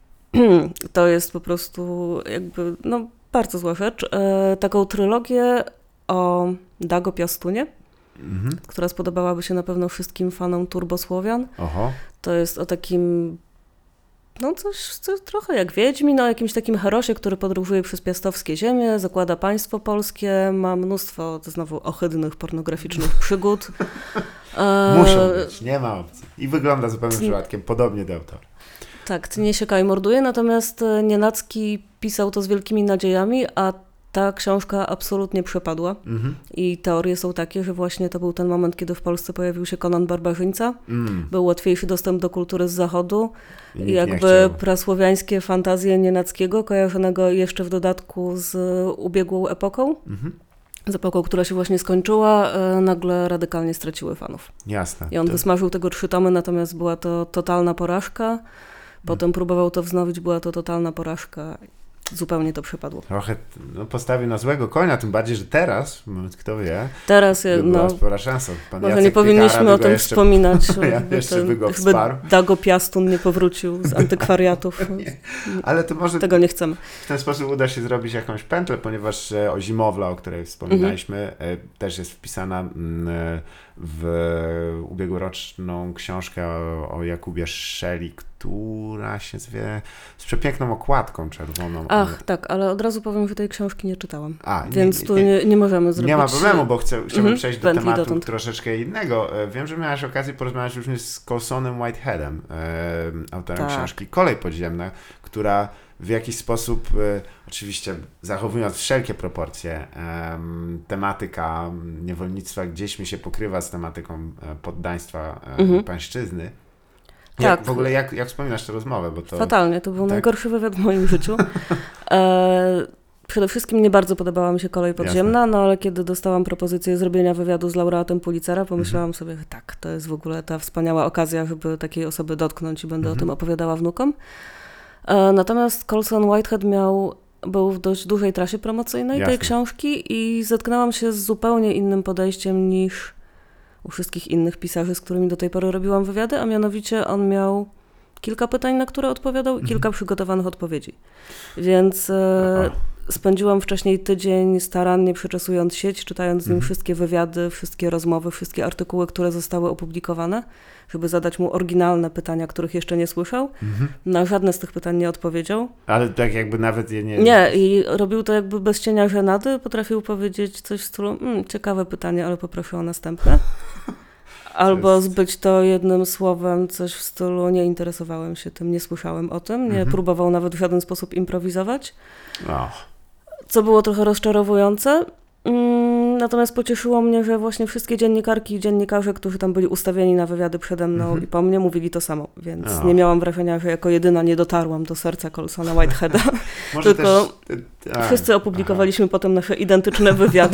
to jest po prostu jakby, no, bardzo zła rzecz, e, taką trylogię o Dago Piastunie, Mhm. która spodobałaby się na pewno wszystkim fanom Turbosłowian. Oho. To jest o takim, no coś, coś trochę jak Wiedźmin, o jakimś takim herosie, który podróżuje przez piastowskie ziemie, zakłada państwo polskie, ma mnóstwo znowu ohydnych, pornograficznych przygód. E, Muszą być, nie ma opcji. I wygląda zupełnie przypadkiem podobnie do autora. Tak, tnie, sieka i morduje, natomiast e, Nienacki pisał to z wielkimi nadziejami, a ta książka absolutnie przepadła. Mhm. I teorie są takie, że właśnie to był ten moment, kiedy w Polsce pojawił się Conan Barbarzyńca. Mm. Był łatwiejszy dostęp do kultury z zachodu. I I nikt nie jakby chciał. prasłowiańskie fantazje Nienackiego, kojarzonego jeszcze w dodatku z ubiegłą epoką, Mhm. z epoką, która się właśnie skończyła, e, nagle radykalnie straciły fanów. Jasne. I on To- wysmażył tego trzy tomy, natomiast była to totalna porażka. Potem próbował to wznowić, była to totalna porażka. Zupełnie to przepadło. Trochę no, postawił na złego konia, tym bardziej, że teraz, kto wie, teraz by no, była spora szansa. Pan może Jacek nie powinniśmy Piekara o tym jeszcze, wspominać. ja, jeszcze by go Chyba wsparł. Dago Piastun nie powrócił z antykwariatów. Ale to może tego nie chcemy. W ten sposób uda się zrobić jakąś pętlę, ponieważ e, o Zimowla, o której wspominaliśmy, mm-hmm. e, też jest wpisana m, w ubiegłoroczną książkę o, o Jakubie Szeli, która się zwie z przepiękną okładką czerwoną. Ach, tak, ale od razu powiem, że tej książki nie czytałam. A, nie, Więc nie, tu nie, nie możemy zrobić... Nie ma problemu, bo chcę, chciałbym mm-hmm. przejść do Pętli tematu dotąd. troszeczkę innego. Wiem, że miałaś okazję porozmawiać już z Colsonem Whiteheadem, e, autorem tak. książki Kolej Podziemna, która w jakiś sposób, e, oczywiście zachowując wszelkie proporcje, e, tematyka niewolnictwa gdzieś mi się pokrywa z tematyką e, poddaństwa e, mm-hmm. pańszczyzny. Jak, tak. W ogóle jak, jak wspominasz tę rozmowę? Bo to, Fatalnie, to był tak? najgorszy wywiad w moim życiu. E, przede wszystkim nie bardzo podobała mi się Kolej Podziemna, Jasne. no ale kiedy dostałam propozycję zrobienia wywiadu z laureatem Pulitzera, pomyślałam mm-hmm. sobie, że tak, to jest w ogóle ta wspaniała okazja, żeby takiej osoby dotknąć i będę mm-hmm. o tym opowiadała wnukom. E, natomiast Colson Whitehead miał, był w dość dużej trasie promocyjnej Jasne. tej książki i zetknęłam się z zupełnie innym podejściem niż u wszystkich innych pisarzy, z którymi do tej pory robiłam wywiady, a mianowicie on miał kilka pytań, na które odpowiadał i kilka mm-hmm. przygotowanych odpowiedzi. Więc e, spędziłam wcześniej tydzień starannie przeczesując sieć, czytając z nim mm-hmm. wszystkie wywiady, wszystkie rozmowy, wszystkie artykuły, które zostały opublikowane, żeby zadać mu oryginalne pytania, których jeszcze nie słyszał. Mm-hmm. Na żadne z tych pytań nie odpowiedział. Ale tak jakby nawet je nie... Nie, i robił to jakby bez cienia żenady. Potrafił powiedzieć coś w stylu, mmm, ciekawe pytanie, ale poproszę o następne. Albo jest... zbyć to jednym słowem coś w stylu, nie interesowałem się tym, nie słyszałem o tym, nie mm-hmm. próbował nawet w żaden sposób improwizować. Oh. Co było trochę rozczarowujące. Natomiast pocieszyło mnie, że właśnie wszystkie dziennikarki i dziennikarze, którzy tam byli ustawieni na wywiady przede mną mm-hmm. i po mnie, mówili to samo, więc oh. nie miałam wrażenia, że jako jedyna nie dotarłam do serca Colsona Whiteheada. Tylko też... wszyscy opublikowaliśmy Aha. potem nasze identyczne wywiady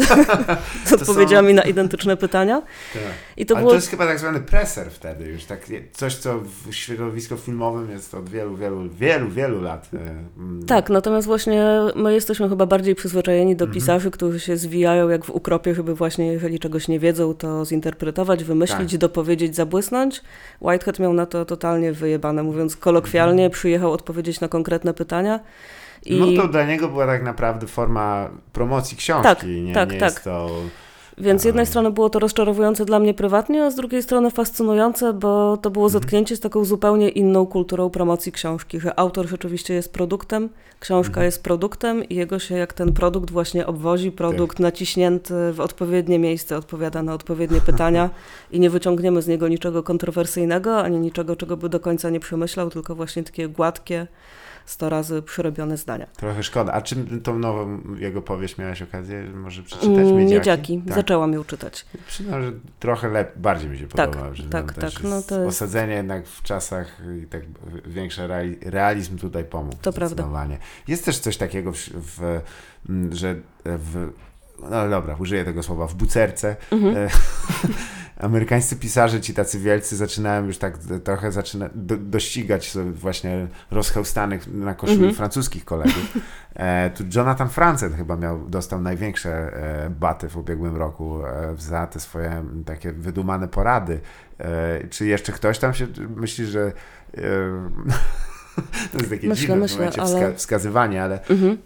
z odpowiedziami są... na identyczne pytania. Tak. I to Ale było... to jest chyba tak zwany preser wtedy już, tak, coś co w środowisku filmowym jest od wielu, wielu, wielu, wielu lat. Tak, natomiast właśnie my jesteśmy chyba bardziej przyzwyczajeni do mm-hmm. pisarzy, którzy się zwijają jak w ukropie, żeby właśnie, jeżeli czegoś nie wiedzą, to zinterpretować, wymyślić, tak. dopowiedzieć, zabłysnąć. Whitehead miał na to totalnie wyjebane, mówiąc kolokwialnie, przyjechał odpowiedzieć na konkretne pytania. I... No to dla niego była tak naprawdę forma promocji książki, tak, nie, tak, nie tak. jest to... Więc z jednej strony było to rozczarowujące dla mnie prywatnie, a z drugiej strony fascynujące, bo to było zetknięcie z taką zupełnie inną kulturą promocji książki, że autor rzeczywiście jest produktem, książka mhm. jest produktem i jego się jak ten produkt właśnie obwozi, produkt tak. naciśnięty w odpowiednie miejsce, odpowiada na odpowiednie pytania i nie wyciągniemy z niego niczego kontrowersyjnego, ani niczego, czego by do końca nie przemyślał, tylko właśnie takie gładkie, sto razy przerobione zdania. Trochę szkoda. A czy tą nową jego powieść miałaś okazję może przeczytać? Miedziaki? Miedziaki. Tak. Zaczęłam ją czytać. Przyznam, że trochę lep- bardziej mi się tak, podoba. Że tak, tak. No to jest... Osadzenie jednak w czasach i tak większy reali- realizm tutaj pomógł. To prawda. Jest też coś takiego, w, w, że w no dobra, użyję tego słowa, w bucerce. Mhm. Amerykańscy pisarze, ci tacy wielcy, zaczynają już tak trochę zaczyna, do, dościgać właśnie rozchełstanych na koszuli mm-hmm. francuskich kolegów. E, tu Jonathan Franzen chyba miał, dostał największe e, baty w ubiegłym roku e, za te swoje takie wydumane porady. E, czy jeszcze ktoś tam się myśli, że e, to jest takie myślę, dziwne myślę, w momencie ale... wska- wskazywanie, ale mm-hmm.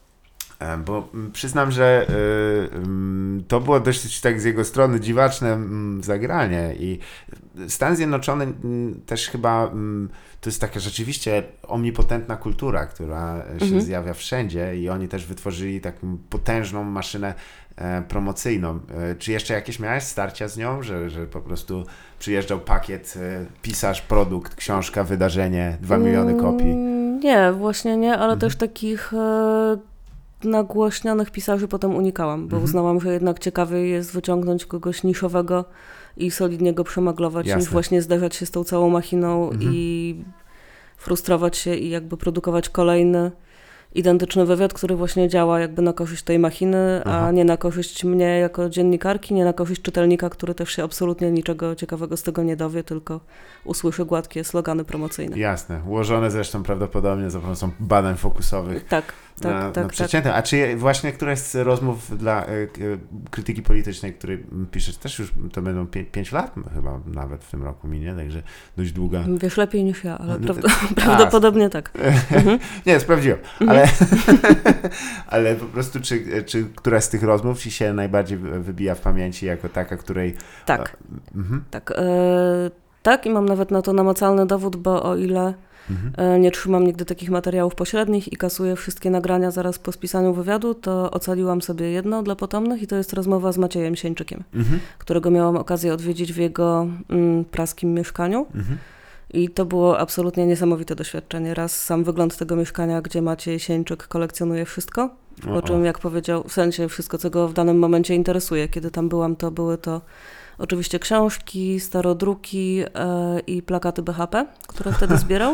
Bo przyznam, że y, to było dość tak z jego strony dziwaczne y, zagranie i Stany Zjednoczone y, też chyba y, to jest taka rzeczywiście omnipotentna kultura, która się mhm. zjawia wszędzie i oni też wytworzyli taką potężną maszynę e, promocyjną. E, czy jeszcze jakieś miałeś starcia z nią, że, że po prostu przyjeżdżał pakiet, e, pisarz, produkt, książka, wydarzenie, dwa miliony kopii? Nie, właśnie nie, ale mhm. też takich... E... nagłośnianych pisarzy potem unikałam, bo mm-hmm. uznałam, że jednak ciekawiej jest wyciągnąć kogoś niszowego i solidnie go przemaglować, Jasne. niż właśnie zderzać się z tą całą machiną mm-hmm. i frustrować się i jakby produkować kolejny identyczny wywiad, który właśnie działa jakby na korzyść tej machiny, Aha. a nie na korzyść mnie jako dziennikarki, nie na korzyść czytelnika, który też się absolutnie niczego ciekawego z tego nie dowie, tylko usłyszy gładkie slogany promocyjne. Jasne, ułożone zresztą prawdopodobnie za pomocą badań fokusowych. Tak, tak, na, tak. na tak. przeciętne. A czy właśnie któraś z rozmów dla y, y, krytyki politycznej, której piszesz, też już to będą pię- pięć lat chyba nawet w tym roku minie, także dość długa. Wiesz lepiej niż ja, ale No, prawda, prawdopodobnie tak. Mhm. Nie, sprawdziłem, Mhm. ale, ale po prostu czy, czy któraś z tych rozmów ci się najbardziej wybija w pamięci jako taka, której... Tak, Mhm. tak. E, tak i mam nawet na to namacalny dowód, bo o ile Mhm. e, nie trzymam nigdy takich materiałów pośrednich i kasuję wszystkie nagrania zaraz po spisaniu wywiadu, to ocaliłam sobie jedno dla potomnych i to jest rozmowa z Maciejem Sieńczykiem, Mhm. którego miałam okazję odwiedzić w jego mm, praskim mieszkaniu. Mhm. I to było absolutnie niesamowite doświadczenie. Raz sam wygląd tego mieszkania, gdzie Maciej Sieńczyk kolekcjonuje wszystko, O, o czym jak powiedział, w sensie wszystko, co go w danym momencie interesuje. Kiedy tam byłam, to były to oczywiście książki, starodruki e, i plakaty B H P, które wtedy zbierał.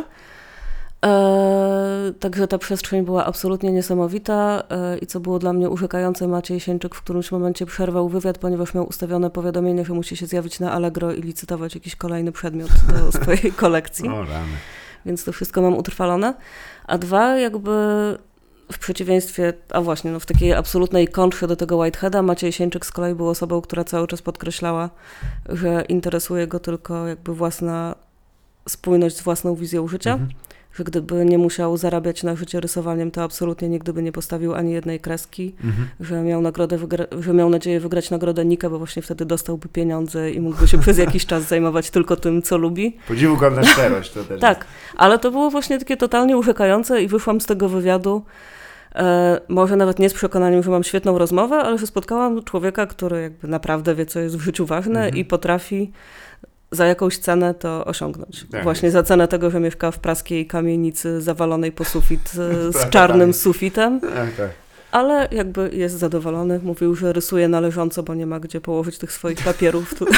E, także ta przestrzeń była absolutnie niesamowita e, i co było dla mnie urzekające, Maciej Sieńczyk w którymś momencie przerwał wywiad, ponieważ miał ustawione powiadomienie, że musi się zjawić na Allegro i licytować jakiś kolejny przedmiot do swojej kolekcji. O, rany. Więc to wszystko mam utrwalone. A dwa, jakby w przeciwieństwie, a właśnie, no w takiej absolutnej kontrze do tego Whiteheada, Maciej Sieńczyk z kolei był osobą, która cały czas podkreślała, że interesuje go tylko jakby własna spójność z własną wizją życia, Mhm. że gdyby nie musiał zarabiać na życie rysowaniem, to absolutnie nigdy by nie postawił ani jednej kreski, Mhm. że miał nagrodę wygra- że miał nadzieję wygrać nagrodę Nika, bo właśnie wtedy dostałby pieniądze i mógłby się przez jakiś czas zajmować tylko tym, co lubi. Podziwu godna szczerość to też. Tak, ale to było właśnie takie totalnie urzekające i wyszłam z tego wywiadu, e, może nawet nie z przekonaniem, że mam świetną rozmowę, ale że spotkałam człowieka, który jakby naprawdę wie, co jest w życiu ważne Mhm. i potrafi za jakąś cenę to osiągnąć. Tak Właśnie jest. za cenę tego, że mieszka w praskiej kamienicy zawalonej po sufit e, z Prawie czarnym tak. sufitem, Tak, tak. ale jakby jest zadowolony. Mówił, że rysuje należąco, bo nie ma gdzie położyć tych swoich papierów. Tu-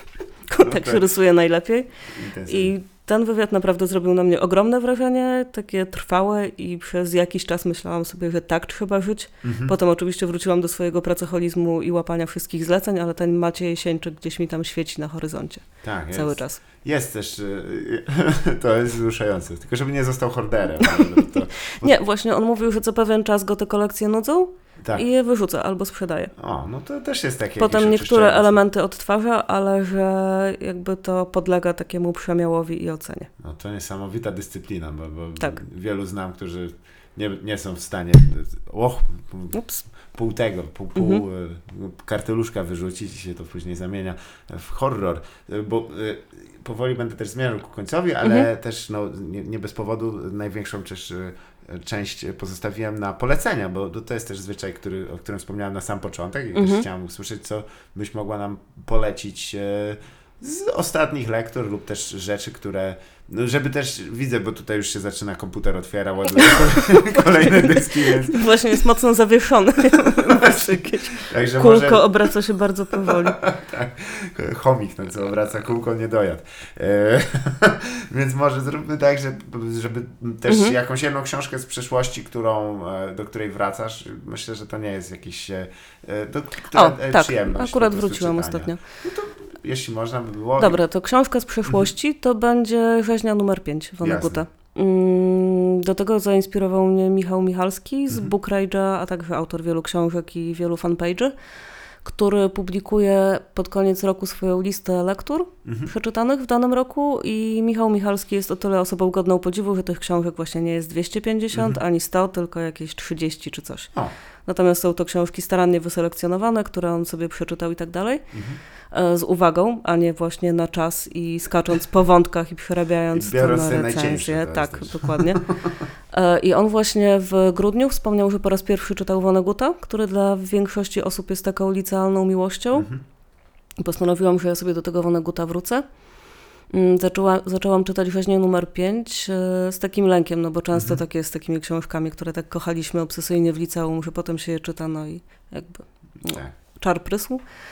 tak się tak. rysuje najlepiej. Intensywnie. I ten wywiad naprawdę zrobił na mnie ogromne wrażenie, takie trwałe i przez jakiś czas myślałam sobie, że tak trzeba żyć. Mhm. Potem oczywiście wróciłam do swojego pracoholizmu i łapania wszystkich zleceń, ale ten Maciej Sieńczyk gdzieś mi tam świeci na horyzoncie Tak, jest. cały czas. Jest też, y, to jest wzruszające, tylko żeby nie został horderem. ale To, bo, Nie, właśnie on mówił, że co pewien czas go te kolekcje nudzą tak. i je wyrzuca albo sprzedaje. O, no to też jest takie Potem jakieś niektóre oczyszczenie. elementy odtwarza, ale że jakby to podlega takiemu przemiałowi i ocenie. No to niesamowita dyscyplina, bo, bo Tak. wielu znam, którzy nie, nie są w stanie och, Ups. pół tego, pół, pół Mhm. y, karteluszka wyrzucić i się to później zamienia w horror, Y, bo y, powoli będę też zmierzał ku końcowi, ale Mhm. też no, nie, nie bez powodu największą też y, część pozostawiłem na polecenia, bo to jest też zwyczaj, który, o którym wspomniałem na sam początek i też Mhm. chciałem usłyszeć, co byś mogła nam polecić y, z ostatnich lektur lub też rzeczy, które, no żeby też, widzę, bo tutaj już się zaczyna komputer otwiera, ładuje kolejne dyski, więc Właśnie jest mocno zawieszony. Jakieś także kółko może obraca się bardzo powoli. tak, chomik, no co obraca kółko, nie dojadł. E, więc może zróbmy tak, że, żeby też Mhm. jakąś jedną książkę z przeszłości, którą, e, do której wracasz, myślę, że to nie jest jakiś e, do, która, O, e, tak, przyjemność. akurat po prostu wróciłam czytania. ostatnio. Jeśli można by było. Dobra, to książka z przeszłości to będzie Rzeźnia numer pięć Vonneguta. Mm, Do tego zainspirował mnie Michał Michalski z Mhm. Book Rage'a, a także autor wielu książek i wielu fanpage'y, który publikuje pod koniec roku swoją listę lektur Mhm. przeczytanych w danym roku i Michał Michalski jest o tyle osobą godną podziwu, że tych książek właśnie nie jest dwieście pięćdziesiąt Mhm. ani sto, tylko jakieś trzydzieści czy coś. O. Natomiast są to książki starannie wyselekcjonowane, które on sobie przeczytał i tak dalej, Mhm. e, z uwagą, a nie właśnie na czas i skacząc po wątkach i przerabiając I to biorąc na te recenzję. najcieńsze, to Tak, jest też. dokładnie. E, I on właśnie w grudniu wspomniał, że po raz pierwszy czytał Vonneguta, który dla większości osób jest taką licealną miłością. Mhm. I postanowiłam, że ja sobie do tego Vonneguta wrócę. Mm, Zaczęła, zaczęłam czytać Rzeźnię numer pięć e, z takim lękiem, no bo często Mhm. tak jest z takimi książkami, które tak kochaliśmy obsesyjnie w liceum, że potem się je czyta, no i jakby no, Tak. czar prysł.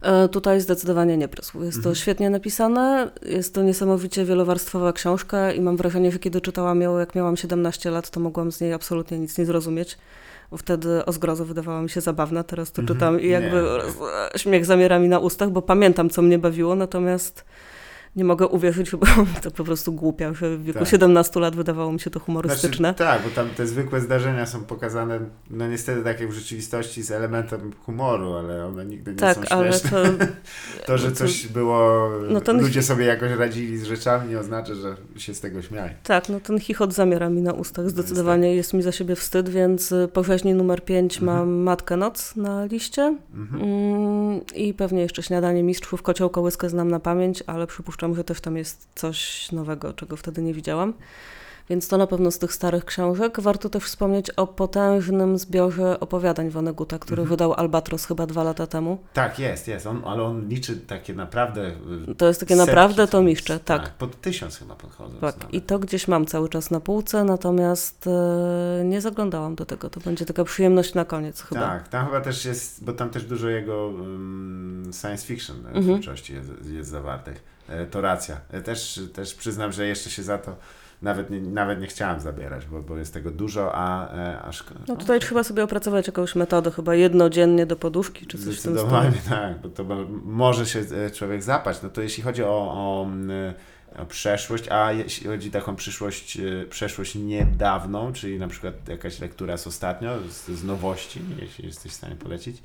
E, Tutaj zdecydowanie nie prysł. Jest to Mhm. świetnie napisane, jest to niesamowicie wielowarstwowa książka i mam wrażenie, że kiedy czytałam ją, jak miałam siedemnaście lat, to mogłam z niej absolutnie nic nie zrozumieć. Bo wtedy o zgrozo wydawała mi się zabawna, teraz to Mhm. czytam i jakby Nie. śmiech zamiera mi na ustach, bo pamiętam, co mnie bawiło, natomiast nie mogę uwierzyć, bo to po prostu głupia, że w wieku Tak. siedemnastu lat wydawało mi się to humorystyczne. Znaczy, tak, bo tam te zwykłe zdarzenia są pokazane, no niestety tak jak w rzeczywistości z elementem humoru, ale one nigdy nie Tak, są ale śmieszne. to... To, że coś było, No ten- ludzie sobie jakoś radzili z rzeczami, nie oznacza, że się z tego śmiali. Tak, no ten chichot zamiera mi na ustach, zdecydowanie jest mi za siebie wstyd, więc y, po rzeźni numer pięć Mhm. mam Matkę Noc na liście Mhm. mm, i pewnie jeszcze Śniadanie Mistrzów, Kocioł Kołyskę znam na pamięć, ale przypuszczam, że też tam jest coś nowego, czego wtedy nie widziałam. Więc to na pewno z tych starych książek. Warto też wspomnieć o potężnym zbiorze opowiadań Vonneguta, który Mhm. wydał Albatros chyba dwa lata temu. Tak, jest, jest, on, ale on liczy takie naprawdę y, To jest takie setki, naprawdę co- tomiszcze, tak. pod tysiąc chyba podchodzą. Tak, nawet. i to gdzieś mam cały czas na półce, natomiast e, nie zaglądałam do tego. To będzie taka przyjemność na koniec chyba. Tak, tam chyba też jest, bo tam też dużo jego um, science fiction e, Mhm. twórczości jest, jest zawartych. E, to racja. E, też, też przyznam, że jeszcze się za to nawet nie, nawet nie chciałem zabierać, bo, bo jest tego dużo, a, e, a szko- No tutaj trzeba sobie opracować jakąś metodę, chyba jednodziennie do poduszki, czy coś w tym stylu. Zdecydowanie tak, bo to bo- może się e, człowiek zapaść. No to jeśli chodzi o, o, m, o przeszłość, a jeśli chodzi o taką przyszłość, e, przeszłość niedawną, czyli na przykład jakaś lektura z ostatnio, z, z nowości, jeśli jesteś w stanie polecić.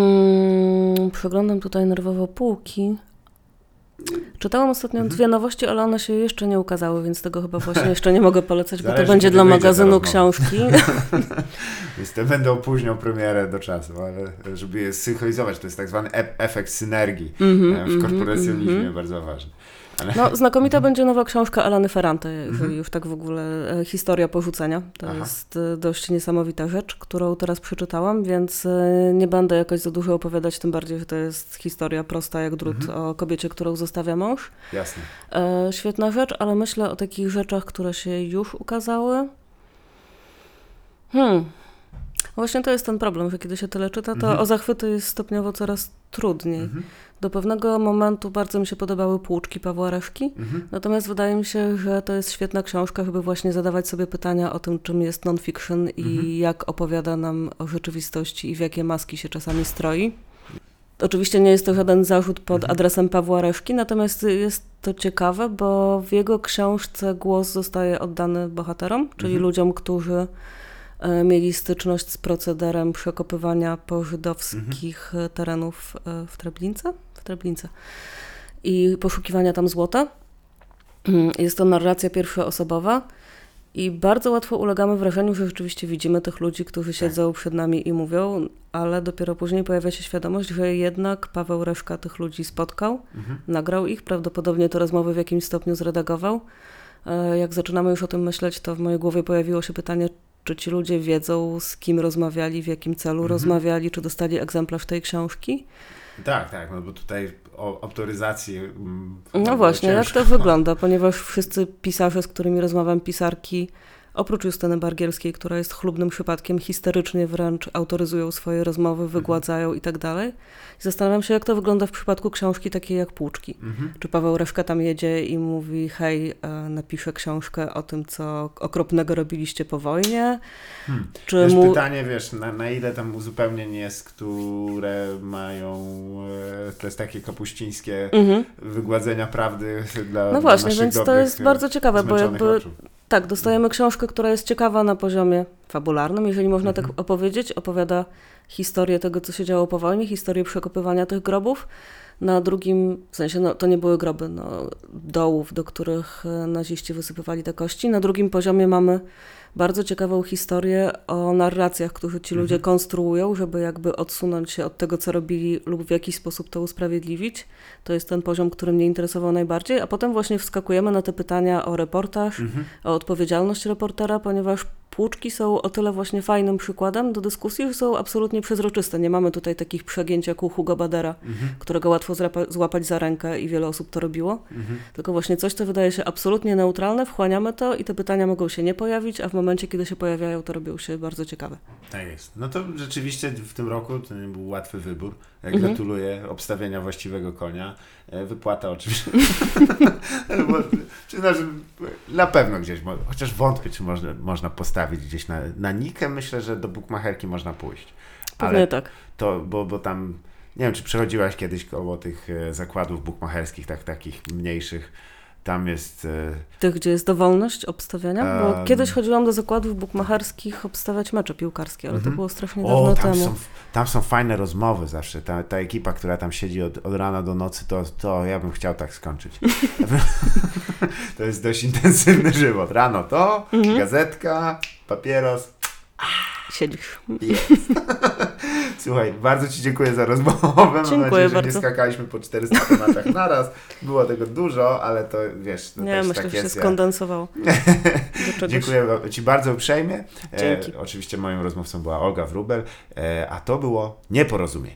Mm, przeglądam tutaj nerwowo półki. Czytałam ostatnio Mhm. dwie nowości, ale one się jeszcze nie ukazały, więc tego chyba właśnie jeszcze nie mogę polecać, bo to Zależy, będzie kiedy dla wyjdzie ta magazynu rozmowa. książki. Więc te będą opóźnią premierę do czasu, ale żeby je synchronizować, to jest tak zwany e- efekt synergii Mhm, e, w mhm, korporacjonizmie, mhm. bardzo ważny. Ale... No, znakomita będzie nowa książka Alany Ferrante, jeżeli Mhm. już tak w ogóle e, historia porzucenia. To Aha. jest e, dość niesamowita rzecz, którą teraz przeczytałam, więc e, nie będę jakoś za dużo opowiadać, tym bardziej, że to jest historia prosta jak drut Mhm. o kobiecie, którą zostawia mąż. Jasne. E, świetna rzecz, ale myślę o takich rzeczach, które się już ukazały. Hmm. Właśnie to jest ten problem, że kiedy się tyle czyta, to Mhm. o zachwyty jest stopniowo coraz trudniej. Mhm. Do pewnego momentu bardzo mi się podobały Płuczki Pawła Reszki, Mhm. natomiast wydaje mi się, że to jest świetna książka, żeby właśnie zadawać sobie pytania o tym, czym jest non-fiction i Mhm. jak opowiada nam o rzeczywistości i w jakie maski się czasami stroi. Oczywiście nie jest to żaden zarzut pod Mhm. adresem Pawła Reszki, natomiast jest to ciekawe, bo w jego książce głos zostaje oddany bohaterom, czyli Mhm. ludziom, którzy e, mieli styczność z procederem przekopywania pożydowskich Mhm. e, terenów e, w Treblince, w Treblince i poszukiwania tam złota. Mm, Jest to narracja pierwszoosobowa i bardzo łatwo ulegamy wrażeniu, że rzeczywiście widzimy tych ludzi, którzy siedzą przed nami i mówią, ale dopiero później pojawia się świadomość, że jednak Paweł Reszka tych ludzi spotkał, Mhm. nagrał ich, prawdopodobnie te rozmowy w jakimś stopniu zredagował. E, Jak zaczynamy już o tym myśleć, to w mojej głowie pojawiło się pytanie, czy ci ludzie wiedzą, z kim rozmawiali, w jakim celu Mhm. rozmawiali, czy dostali egzemplarz tej książki. Tak, tak, no bo tutaj o autoryzacji... mm, No właśnie, jak ciężko. to wygląda, ponieważ wszyscy pisarze, z którymi rozmawiam, pisarki, oprócz Justyny Bargielskiej, która jest chlubnym przypadkiem, histerycznie wręcz autoryzują swoje rozmowy, wygładzają i tak dalej. I zastanawiam się, jak to wygląda w przypadku książki takiej jak Płuczki. Mhm. Czy Paweł Reszka tam jedzie i mówi, hej, e, napiszę książkę o tym, co okropnego robiliście po wojnie? Hmm. Czy Wiesz, mu... pytanie, wiesz, na, na ile tam uzupełnień jest, które mają, e, to jest takie kapuścińskie Mhm. wygładzenia prawdy dla No dla właśnie, naszych więc to dobrych, jest e, bardzo ciekawe, bo zmęczonych jakby oczu. tak, dostajemy książkę, która jest ciekawa na poziomie fabularnym, jeżeli można Mhm. tak opowiedzieć. Opowiada historię tego, co się działo po wojnie, historię przekopywania tych grobów. Na drugim, w sensie, no, to nie były groby, no, dołów, do których e, naziści wysypywali te kości. Na drugim poziomie mamy bardzo ciekawą historię o narracjach, które ci ludzie Mhm. konstruują, żeby jakby odsunąć się od tego, co robili lub w jakiś sposób to usprawiedliwić. To jest ten poziom, który mnie interesował najbardziej, a potem właśnie wskakujemy na te pytania o reportaż, Mhm. o odpowiedzialność reportera, ponieważ Płuczki są o tyle właśnie fajnym przykładem do dyskusji, że są absolutnie przezroczyste. Nie mamy tutaj takich przegięć jak u Hugo Badera, Mhm. którego łatwo zrapa- złapać za rękę i wiele osób to robiło. Mhm. Tylko właśnie coś, co wydaje się absolutnie neutralne, wchłaniamy to i te pytania mogą się nie pojawić, a w momencie, kiedy się pojawiają, to robią się bardzo ciekawe. Tak jest. No to rzeczywiście w tym roku to nie był łatwy wybór. Gratuluję obstawienia właściwego konia. Wypłata oczywiście. Przyznam, że na pewno gdzieś, chociaż wątpię, czy można, można postawić gdzieś na, na Nikę. Myślę, że do bukmacherki można pójść. Pewnie Ale tak. To, bo, bo tam, nie wiem, czy przechodziłaś kiedyś koło tych zakładów bukmacherskich, tak, takich mniejszych. Tam jest... Tych, gdzie jest dowolność obstawiania? Bo Um, kiedyś chodziłam do zakładów bukmacherskich obstawiać mecze piłkarskie, ale mhm. to było strasznie o, dawno tam temu. Są, tam są fajne rozmowy zawsze. Ta, ta ekipa, która tam siedzi od, od rana do nocy, to, to ja bym chciał tak skończyć. To jest dość intensywny żywot. Rano to, mhm. gazetka, papieros. Siedzisz. Jest. Słuchaj, bardzo Ci dziękuję za rozmowę. Dziękuję Mam nadzieję, że bardzo. nie skakaliśmy po czterysta tematach naraz. Było tego dużo, ale to wiesz... To nie, też myślę, tak że się jest, skondensowało. Ja... Dziękuję Ci bardzo uprzejmie. Dzięki. E, oczywiście moim rozmówcą była Olga Wróbel, e, a to było Nieporozumienie.